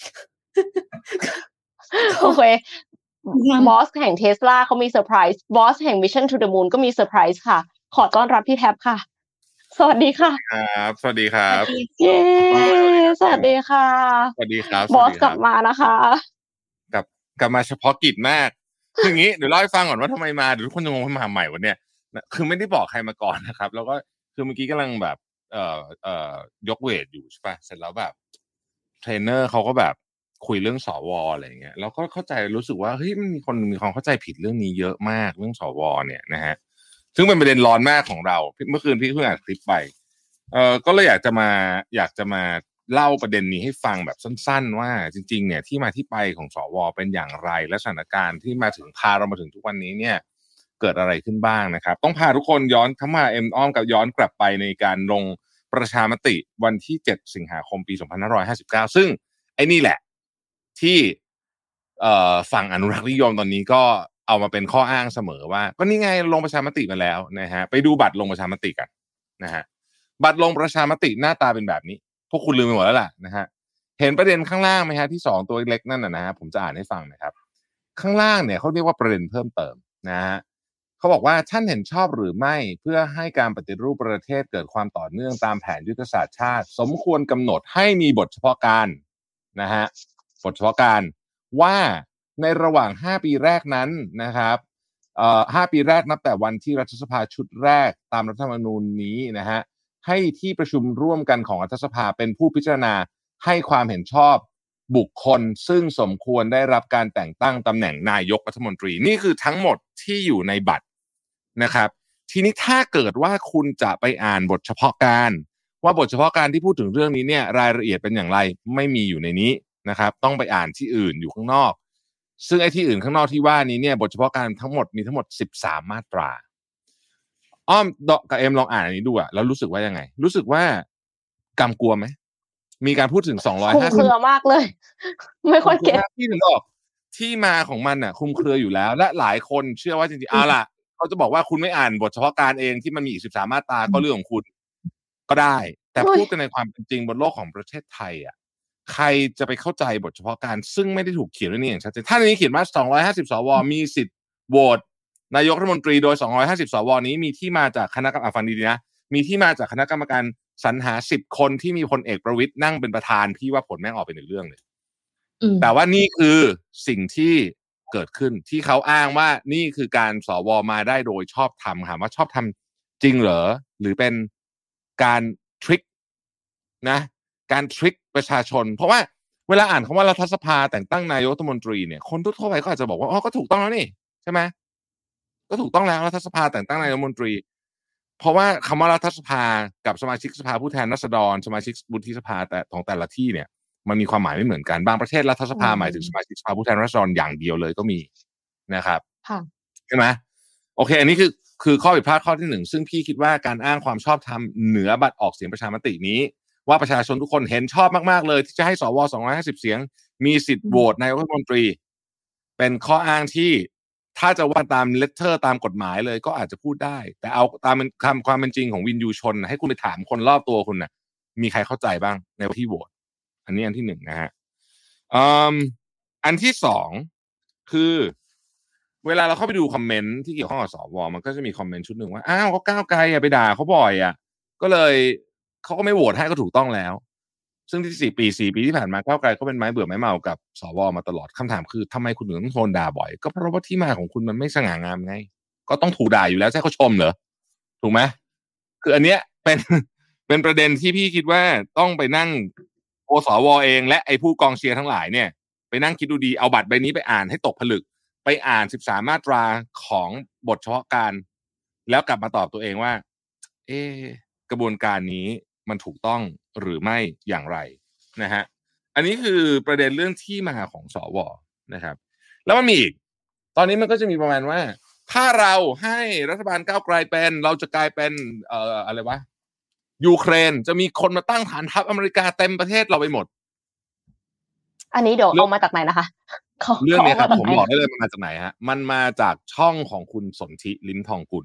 โอเคบอสแห่ง Tesla เขามีเซอร์ไพรส์บอสแห่ง Mission to the Moon ก็มีเซอร์ไพรส์ค่ะขอต้อนรับพี่แท็บค่ะสวัสดีค่ะครับสวัสดีครับเย้สวัสดีค่ะสวัสดีครับบอสกลับมานะคะกลับมาเฉพาะกิจมากคืออย่างนี้เดี๋ยวเล่าให้ฟังก่อนว่าทำไมมาเดี๋ยวทุกคนจะงงว่ามาใหม่วันเนี้ยคือไม่ได้บอกใครมาก่อนนะครับแล้วก็คือเมื่อกี้กำลังแบบยกเวทอยู่ใช่ป่ะเสร็จแล้วแบบเทรนเนอร์เขาก็แบบคุยเรื่องสวอะไรอย่างเงี้ยแล้วก็เข้าใจรู้สึกว่าเฮ้ยมันมีความเข้าใจผิดเรื่องนี้เยอะมากเรื่องสวเนี่ยนะฮะซึ่งเป็นประเด็นร้อนมากของเราเมื่อคืนพี่เพิ่งอ่านคลิปไปก็เลยอยากจะมาเล่าประเด็นนี้ให้ฟังแบบสั้นๆว่าจริงๆเนี่ยที่มาที่ไปของสวเป็นอย่างไรและสถานการณ์ที่มาถึงพาเรามาถึงทุกวันนี้เนี่ยเกิดอะไรขึ้นบ้างนะครับต้องพาทุกคนย้อนเข้ามาอ้อมกับย้อนกลับไปในการลงประชามติวันที่7สิงหาคมปี2559ซึ่งไอ้นี่แหละที่ฝั่งอนุรักษ์นิยมตอนนี้ก็เอามาเป็นข้ออ้างเสมอว่าก็นี่ไงลงประชามติมาแล้วนะฮะไปดูบัตรลงประชามติกันนะฮะบัตรลงประชามติหน้าตาเป็นแบบนี้พวกคุณลืมไปหมดแล้วล่ะนะฮะเห็นประเด็นข้างล่างไหมฮะที่2ตัวเล็กนั่นนะฮะผมจะอ่านให้ฟังนะครับข้างล่างเนี่ยเขาเรียกว่าประเด็นเพิ่มเติมนะฮะเขาบอกว่าท่านเห็นชอบหรือไม่เพื่อให้การปฏิรูปประเทศเกิดความต่อเนื่องตามแผนยุทธศาสตร์ชาติสมควรกำหนดให้มีบทเฉพาะการนะฮะบทเฉพาะการว่าในระหว่าง5ปีแรกนั้นนะครับ5ปีแรกนับแต่วันที่รัฐสภาชุดแรกตามรัฐธรรมนูญนี้นะฮะให้ที่ประชุมร่วมกันของรัฐสภาเป็นผู้พิจารณาให้ความเห็นชอบบุคคลซึ่งสมควรได้รับการแต่งตั้งตำแหน่งนายกรัฐมนตรีนี่คือทั้งหมดที่อยู่ในบัตรนะครับทีนี้ถ้าเกิดว่าคุณจะไปอ่านบทเฉพาะการว่าบทเฉพาะการที่พูดถึงเรื่องนี้เนี่ยรายละเอียดเป็นอย่างไรไม่มีอยู่ในนี้นะครับต้องไปอ่านที่อื่นอยู่ข้างนอกซึ่งไอ้ที่อื่นข้างนอกที่ว่านี้เนี่ยบทเฉพาะการทั้งหมดมีทั้งหมด13มาตราอ้อมกับเอ็มลองอ่านอันนี้ดูอะแล้วรู้สึกว่ายังไงรู้สึกว่ากำกวมไหมมีการพูดถึง250 คุ้มเครือมากเลยไม่ค่อยเก็ตที่ถึงบอกที่มาของมันน่ะคุ้มเครืออยู่แล้วและหลายคนเชื่อว่าจริงๆเอาล่ะเขาจะบอกว่าคุณไม่อ่านบทเฉพาะการเองที่มันมีอีก13มาตราก็เรื่องของคุณก็ได้แต่พูดกันในความเป็นจริงบนโลกของประเทศไทยอ่ะใครจะไปเข้าใจบทเฉพาะการซึ่งไม่ได้ถูกเขียนไว้นี่อย่างชัดเจนถ้าในนี้เขียนว่า250สวมีสิทธิ์โหวตนายกรัฐมนตรีโดย250สวนี้มีที่มาจากคณะกรรมการฟังดีๆนะมีที่มาจากคณะกรรมการสรรหา10คนที่มีพลเอกประวิตรนั่งเป็นประธานพี่ว่าผลแม่งออกเป็นอีกเรื่องเลยแต่ว่านี่คือสิ่งที่เกิดขึ้นที่เขาอ้างว่านี่คือการสวมาได้โดยชอบธรรมถามว่าชอบธรรมจริงเหรอหรือเป็นการทริคนะการทริคประชาชนเพราะว่าเวลาอ่านคำว่ารัฐสภาแต่งตั้งนายกรัฐมนตรีเนี่ยคนทั่วไปก็อาจจะบอกว่าอ๋อก็ถูกต้องแล้วนี่ใช่ไหมก็ถูกต้องแล้วรัฐสภาแต่งตั้งนายกรัฐมนตรีเพราะว่าคำว่ารัฐสภากับสมาชิกสภาผู้แทนราษฎรสมาชิกวุฒิสภาแต่ของแต่ละที่เนี่ยมันมีความหมายไม่เหมือนกันบางประเทศรัฐสภาหมายถึงสมาชิกสภาผู้แทนราษฎรอย่างเดียวเลยก็มีนะครับใช่ไหมโอเคอันนี้คือข้อผิดพลาดข้อที่1ซึ่งพี่คิดว่าการอ้างความชอบธรรมเหนือบัตรออกเสียงประชามตินี้ว่าประชาชนทุกคนเห็นชอบมากๆเลยที่จะให้สว250เสียงมีสิทธิ์โหวตนายกรัฐมนตรีเป็นข้ออ้างที่ถ้าจะว่าตามเลตเตอร์ตามกฎหมายเลยก็อาจจะพูดได้แต่เอาตามความเป็นจริงของวินยูชนให้คุณไปถามคนรอบตัวคุณน่ะมีใครเข้าใจบ้างในที่โหวตอันนี้อันที่1นะฮะอันที่2คือเวลาเราเข้าไปดูคอมเมนต์ที่เกี่ยวข้องกับสวมันก็จะมีคอมเมนต์ชุดหนึ่งว่าอ้าวเขาก้าวไกลไปด่าเขาบ่อยก็เลยเขาก็ไม่โหวตให้ก็ถูกต้องแล้วซึ่งที่4 ปีที่ผ่านมาก้าวไกลก็เป็นไม้เบื่อไม้เมากับสวมาตลอดคำถามคือทำไมคุณถึงต้องโดนด่าบ่อยก็เพราะว่าที่มาของคุณมันไม่สง่างามไงก็ต้องถูกด่าอยู่แล้วใช่เขาชมเหรอถูกไหมคืออันเนี้ยเป็นประเด็นที่พี่คิดว่าต้องไปนั่งโอสวเองและไอ้ผู้กองเชียร์ทั้งหลายเนี่ยไปนั่งคิดดูดีเอาบัตรใบนี้ไปอ่านให้ตกผลึกไปอ่าน13มาตราของบทเฉพาะการแล้วกลับมาตอบตัวเองว่ากระบวนการนี้มันถูกต้องหรือไม่อย่างไรนะฮะอันนี้คือประเด็นเรื่องที่มาของสวนะครับแล้วมันมีอีกตอนนี้มันก็จะมีประมาณว่าถ้าเราให้รัฐบาลก้าวไกลเป็นเราจะกลายเป็นอะไรวะยูเครนจะมีคนมาตั้งฐานทัพอเมริกาเต็มประเทศเราไปหมดอันนี้เดี๋ยวเอามาจากไหไหนนะคะเรื่องนี้ครับผมบอกได้เลยมันมาจากไหนฮะมันมาจากช่องของคุณสนธิลิ้มทองกุล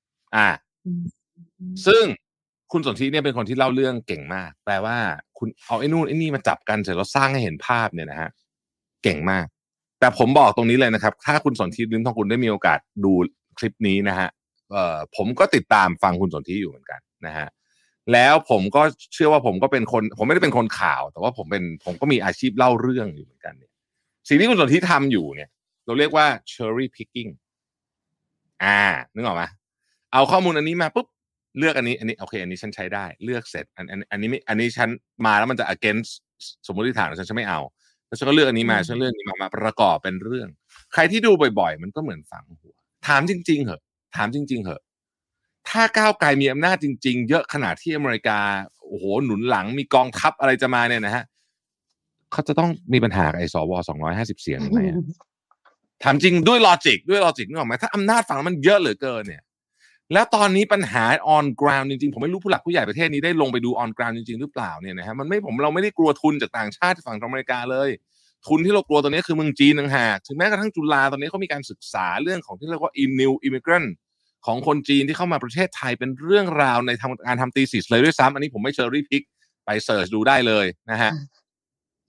ซึ่งคุณสนธิเนี่ยเป็นคนที่เล่าเรื่องเก่งมากแปลว่าคุณเอาไอ้นู่นไอ้นี่มาจับกันเสร็จแล้วสร้างให้เห็นภาพเนี่ยนะฮะเก่งมากแต่ผมบอกตรงนี้เลยนะครับถ้าคุณสนธิลิ้มทองกุลได้มีโอกาสดูคลิปนี้นะฮะผมก็ติดตามฟังคุณสนธิอยู่เหมือนกันนะฮะแล้วผมก็เชื่อว่าผมก็เป็นคนผมไม่ได้เป็นคนข่าวแต่ว่าผมก็มีอาชีพเล่าเรื่องอยู่เหมือนกันเนี่ยสิ่งที่คุณสนธิทำอยู่เนี่ยเราเรียกว่า cherry picking นึกออกไหมเอาข้อมูลอันนี้มาปุ๊บเลือกอันนี้โอเคอันนี้ฉันใช้ได้เลือกเสร็จอันนี้ไม่อันนี้ฉันมาแล้วมันจะ against สมมติฐานฉันไม่เอาแล้วฉันก็เลือกอันนี้มาฉันเลือกอันนี้มาประกอบเป็นเรื่องใครที่ดูบ่อยๆมันก็เหมือนฝังหัวถามจริงๆเหอะถ้าก้าวไกลมีอำนาจจริงๆเยอะขนาดที่อเมริกาโอ้โหหนุนหลังมีกองทัพอะไรจะมาเนี่ยนะฮะเขาจะต้องมีปัญหากับไอ้สว250เสียงยังไงถามจริงด้วยลอจิกนึกออกไหมถ้าอำนาจฝั่งมันเยอะเหลือเกินเนี่ยแล้วตอนนี้ปัญหา on ground จริงๆผมไม่รู้ผู้หลักผู้ใหญ่ประเทศนี้ได้ลงไปดู on ground จริงๆหรือเปล่าเนี่ยนะฮะเราไม่ได้กลัวทุนจากต่างชาติฝั่งอเมริกาเลยทุนที่เรากลัวตอนนี้คือเมืองจีนต่างหากถึงแม้กระทั่งจุฬาตอนนี้เขามีการศึกษาเรื่องของที่เรียกว่า new immigrant ของคนจีนที่เข้ามาประเทศไทยเป็นเรื่องราวในการทำ thesis เลยด้วยซ้ำอันนี้ผมไม่เชอรี่พิกไปเสิร์ชดูได้เลยนะฮะ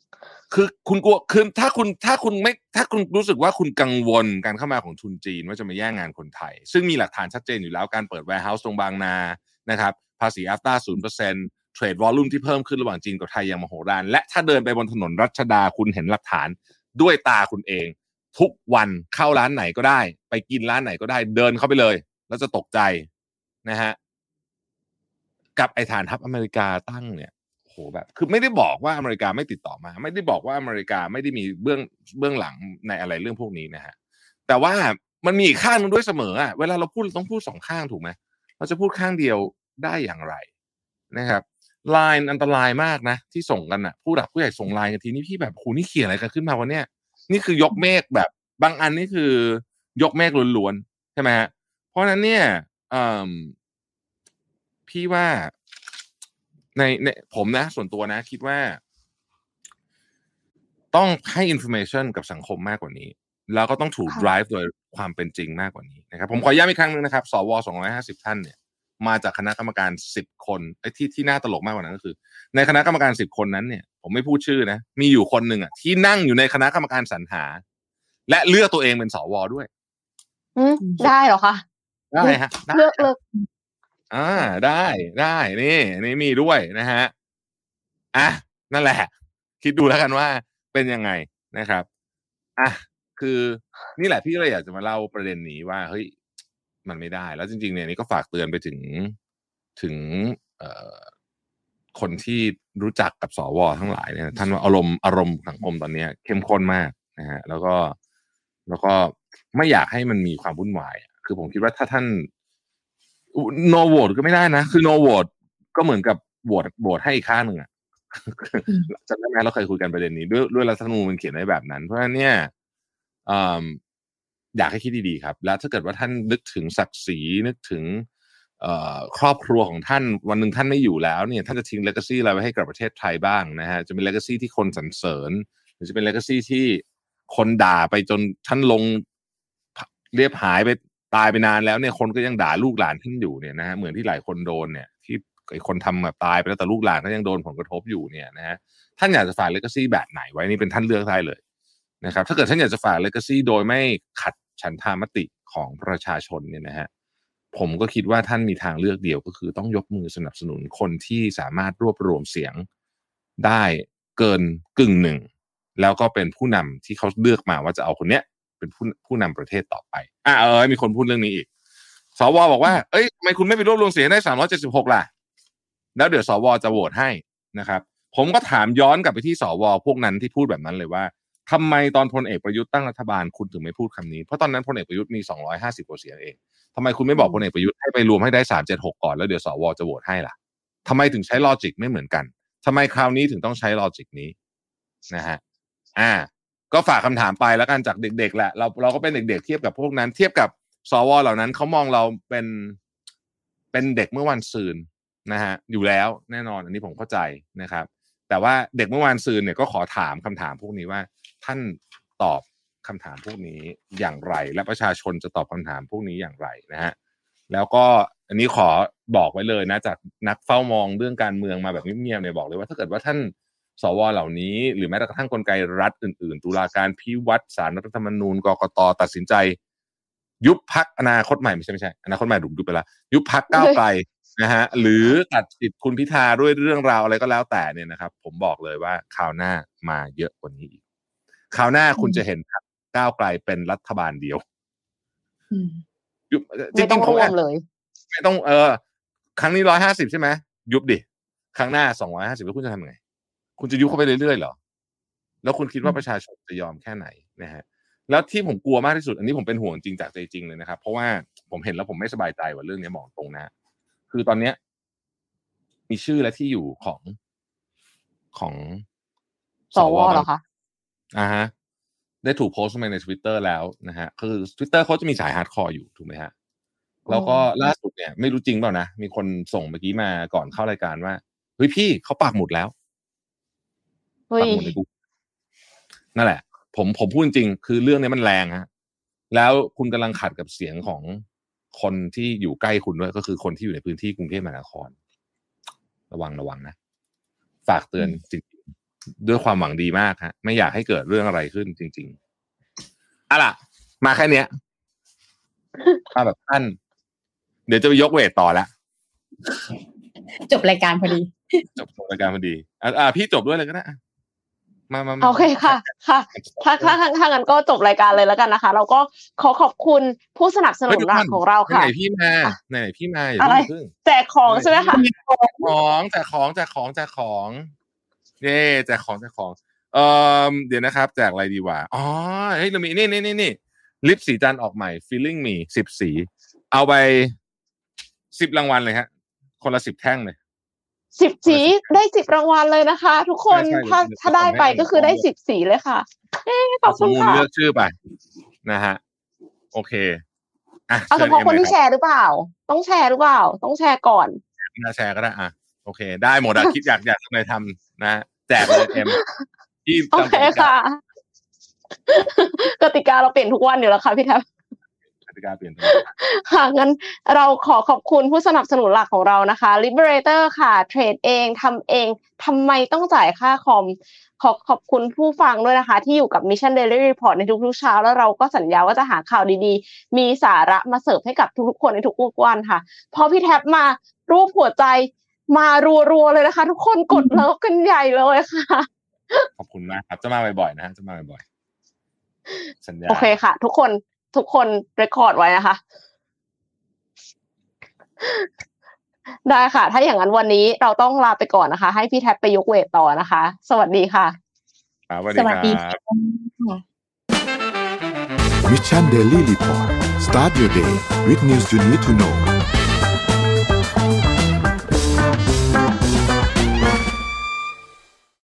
คือคุณกลัวคือถ้าคุณรู้สึกว่าคุณกังวลการเข้ามาของทุนจีนว่าจะมาแย่งงานคนไทยซึ่งมีหลักฐานชัดเจนอยู่แล้วการเปิด warehouse ตรงบางนานะครับภาษี AFTA 0% เทรดวอลลุ่มที่เพิ่มขึ้นระหว่างจีนกับไทยอย่างมโหฬารและถ้าเดินไปบนถนนรัชดาคุณเห็นหลักฐานด้วยตาคุณเองทุกวันเข้าร้านไหนก็ได้ไปกินร้านไหนก็ได้เดินเข้าไปเลยแล้วจะตกใจนะฮะกับไอ้ฐานทัพอเมริกาตั้งเนี่ยโหแบบคือไม่ได้บอกว่าอเมริกาไม่ติดต่อมาไม่ได้บอกว่าอเมริกาไม่ได้มีเบื้องหลังในอะไรเรื่องพวกนี้นะฮะแต่ว่ามันมีอีกข้างนึงด้วยเสมออ่ะเวลาเราพูดเราต้องพูดสองข้างถูกไหมเราจะพูดข้างเดียวได้อย่างไรนะครับไลน์อันตรายมากนะที่ส่งกันอ่ะผู้หลักผู้ใหญ่ส่งไลน์กันทีนี้พี่แบบโหนี่เขียนอะไรกันขึ้นมาวันเนี้ยนี่คือยกเมฆแบบบางอันนี่คือยกเมฆล้วนๆใช่ไหมฮะเพราะนั้นเนี่ยพี่ว่าในผมนะส่วนตัวนะคิดว่าต้องให้ information กับสังคมมากกว่านี้แล้วก็ต้องถูก drive โดยความเป็นจริงมากกว่านี้นะครับผมขอย้ำอีกครั้งนึงนะครับสว250ท่านเนี่ยมาจากคณะกรรมการ10คนไอ้ที่น่าตลกมากกว่านั้นก็คือในคณะกรรมการ10คนนั้นเนี่ยผมไม่พูดชื่อนะมีอยู่คนนึงอ่ะที่นั่งอยู่ในคณะกรรมการสรรหาและเลือกตัวเองเป็นสวด้วยได้เหรอคะได้ฮะเลือกได้นี่มีด้วยนะฮะนั่นแหละคิดดูแล้วกันว่าเป็นยังไงนะครับคือนี่แหละพี่ก็เลยอยากจะมาเล่าประเด็นนี้ว่าเฮ้ยมันไม่ได้แล้วจริงๆเนี่ยนี่ก็ฝากเตือนไปถึงคนที่รู้จักกับสวทั้งหลายเนี่ยท่านว่าอารมณ์สังคมตอนนี้เข้มข้นมากนะฮะแล้วก็ไม่อยากให้มันมีความวุ่นวายคือผมคิดว่าถ้าท่านno vote ก็ไม่ได้นะคือ no vote ก็เหมือนกับโหวตให้อีกข้างหนึ่งจำได้ไหมเราเคยคุยกันประเด็นนี้ด้วยรัฐธรรมนูญมันเขียนไว้แบบนั้นเพราะฉะนั้นเนี่ยอยากให้คิดดีๆครับแล้วถ้าเกิดว่าท่านนึกถึงศักดิ์ศรีนึกถึงครอบครัวของท่านวันหนึ่งท่านไม่อยู่แล้วเนี่ยท่านจะทิ้ง legacy อะไรไว้ให้กับประเทศไทยบ้างนะฮะจะเป็น legacy ที่คนสรรเสริญหรือจะเป็น legacy ที่คนด่าไปจนท่านลงเรียบหายไปตายไปนานแล้วเนี่ยคนก็ยังด่าลูกหลานท่านอยู่เนี่ยนะฮะเหมือนที่หลายคนโดนเนี่ยที่ไอ้คนทำแบบตายไปแล้วแต่ลูกหลานก็ยังโดนผลกระทบอยู่เนี่ยนะฮะท่านอยากจะฝาก legacy แบบไหนไว้นี่เป็นท่านเลือกได้เลยนะครับถ้าเกิดท่านอยากจะฝาก legacy โดยไม่ขัดฉันทามติของประชาชนเนี่ยนะฮะผมก็คิดว่าท่านมีทางเลือกเดียวก็คือต้องยกมือสนับสนุนคนที่สามารถรวบรวมเสียงได้เกินกึ่งหนึ่งแล้วก็เป็นผู้นำที่เขาเลือกมาว่าจะเอาคนเนี้ยเป็นผู้นำประเทศต่อไปมีคนพูดเรื่องนี้อีกสวบอกว่าเอ้ยทำไมคุณไม่ไปรวบรวมเสียงได้376ล่ะแล้วเดี๋ยวสวจะโหวตให้นะครับผมก็ถามย้อนกลับไปที่สวพวกนั้นที่พูดแบบนั้นเลยว่าทำไมตอนพลเอกประยุทธ์ตั้งรัฐบาลคุณถึงไม่พูดคำนี้เพราะตอนนั้นพลเอกประยุทธ์มี250กว่าเสียงเองทำไมคุณไม่บอกพลเอกประยุทธ์ให้ไปรวมให้ได้376ก่อนแล้วเดี๋ยวสวจะโหวตให้ล่ะทำไมถึงใช้ลอจิกไม่เหมือนกันทำไมคราวนี้ถึงต้องใช้ลอจิกนี้นะฮะก็ฝากคำถามไปแล้วกันจากเด็กๆแหละเราก็เป็นเด็กๆเทียบกับพวกนั้นเทียบกับสวเหล่านั้นเขามองเราเป็นเด็กเมื่อวันซืนนะฮะอยู่แล้วแน่นอนอันนี้ผมเข้าใจนะครับแต่ว่าเด็กเมื่อวานซืนเนี่ยก็ขอถามคำถามพวกนี้ว่าท่านตอบคำถามพวกนี้อย่างไรและประชาชนจะตอบคำถามพวกนี้อย่างไรนะฮะแล้วก็อันนี้ขอบอกไว้เลยนะจากนักเฝ้ามองเรื่องการเมืองมาแบบเงียบๆเนี่ยบอกเลยว่าถ้าเกิดว่าท่านสวเหล่านี้หรือแม้กระทั่งกลไกรัฐอื่นๆตุลาการพิวัตรศาลรัฐธรรมนูญกกต.ตัดสินใจยุบพรรคอนาคตใหม่ไม่ใช่อนาคตใหม่ถูกยุบไปแล้วยุบพรรคก้าวไกลนะฮะหรือตัดสิทธิ์คุณพิธาด้วยเรื่องราวอะไรก็แล้วแต่เนี่ยนะครับผมบอกเลยว่าคราวหน้ามาเยอะกว่านี้อีกคราวหน้าคุณจะเห็นพรรคก้าวไกลเป็นรัฐบาลเดียวไม่ต้องรวมเลยไม่ต้องครั้งนี้150ใช่ไหมยุบดิครั้งหน้า250แล้วคุณจะทำยังไงคุณจะยุบเข้าไปเรื่อยๆเหรอแล้วคุณคิดว่าประชาชนจะยอมแค่ไหนนะฮะแล้วที่ผมกลัวมากที่สุดอันนี้ผมเป็นห่วงจริงจากใจจริงเลยนะครับเพราะว่าผมเห็นแล้วผมไม่สบายใจว่าเรื่องนี้บอกตรงนะคือตอนนี้มีชื่อและที่อยู่ของสวเหรอคะฮะได้ถูกโพสต์มาใน Twitter แล้วนะฮะคือ Twitter เขาจะมีสายฮาร์ดคอร์อยู่ถูกไหมฮะแล้วก็ล่าสุดเนี่ยไม่รู้จริงเปล่านะมีคนส่งเมื่อกี้มาก่อนเข้ารายการว่าเฮ้ยพี่เขาปักหมุดแล้วปักหมุดในกูนั่นแหละผมพูดจริงคือเรื่องนี้มันแรงฮะแล้วคุณกำลังขัดกับเสียงของคนที่อยู่ใกล้คุณด้วยก็คือคนที่อยู่ในพื้นที่กรุงเทพมหานครระวังนะฝากเตือนจริงด้วยความหวังดีมากฮะไม่อยากให้เกิดเรื่องอะไรขึ้นจริงๆล่ะมาแค่เนี้ยมาแบบท่านเดี๋ยวจะไปยกเวทต่อแล้วจบรายการพอดีจบรายการพอดีพี่จบด้วยเลยก็ได้มาโอเคค่ะถ้างั้นก็จบรายการเลยแล้วกันนะคะเราก็ขอบคุณผู้สนับสนุนหลักของเราค่ะไหนพี่มาอย่าเพิ่งแจกของใช่ไหมคะแจกของเย้แจกของเดี๋ยวนะครับแจกอะไรดีวะอ๋อเฮ้ยเรามีนี่ลิปสีจันออกใหม่ feeling me 10 สีเอาไป10รางวัลเลยฮะคนละ10แท่งเลย 10สีได้10รางวัลเลยนะคะทุกคนถ้าได้ไปก็คือได้10สีเลยค่ะขอบคุณค่ะเลือกชื่อไปนะฮะโอเคเอาเฉพาะคนที่แชร์หรือเปล่าต้องแชร์หรือเปล่าต้องแชร์ก่อนน่าแชร์ก็ได้โอเคได้หมดคิดอยากทำอะไรทำนะแจกเลยที่โอเคค่ะกติกาเราเปลี่ยนทุกวันอยู่แล้วค่ะพี่แทบกติกาเปลี่ยนค่ะงั้นเราขอบคุณผู้สนับสนุนหลักของเรานะคะ Liberator ค่ะเทรดเองทำเองทำไมต้องจ่ายค่าคอมขอบคุณผู้ฟังด้วยนะคะที่อยู่กับ Mission Daily Report ในทุกๆเช้าแล้วเราก็สัญญาว่าจะหาข่าวดีๆมีสาระมาเสิร์ฟให้กับทุกๆคนในทุกวันค่ะพอพี่แท็บมารูปหัวใจมารัวๆเลยนะคะทุกคนกดเลิฟกันใหญ่เลยค่ะขอบคุณมากครับจะมาบ่อยๆนะฮะจะมาบ่อยๆสัญญาโอเคค่ะทุกคนเรคคอร์ดไว้นะคะได้ค่ะถ้าอย่างนั้นวันนี้เราต้องลาไปก่อนนะคะให้พี่แท็บไปยกเวทต่อนะคะสวัสดีค่ะสวัสดีค่ะ Mission Daily Report Start your day with news you need to know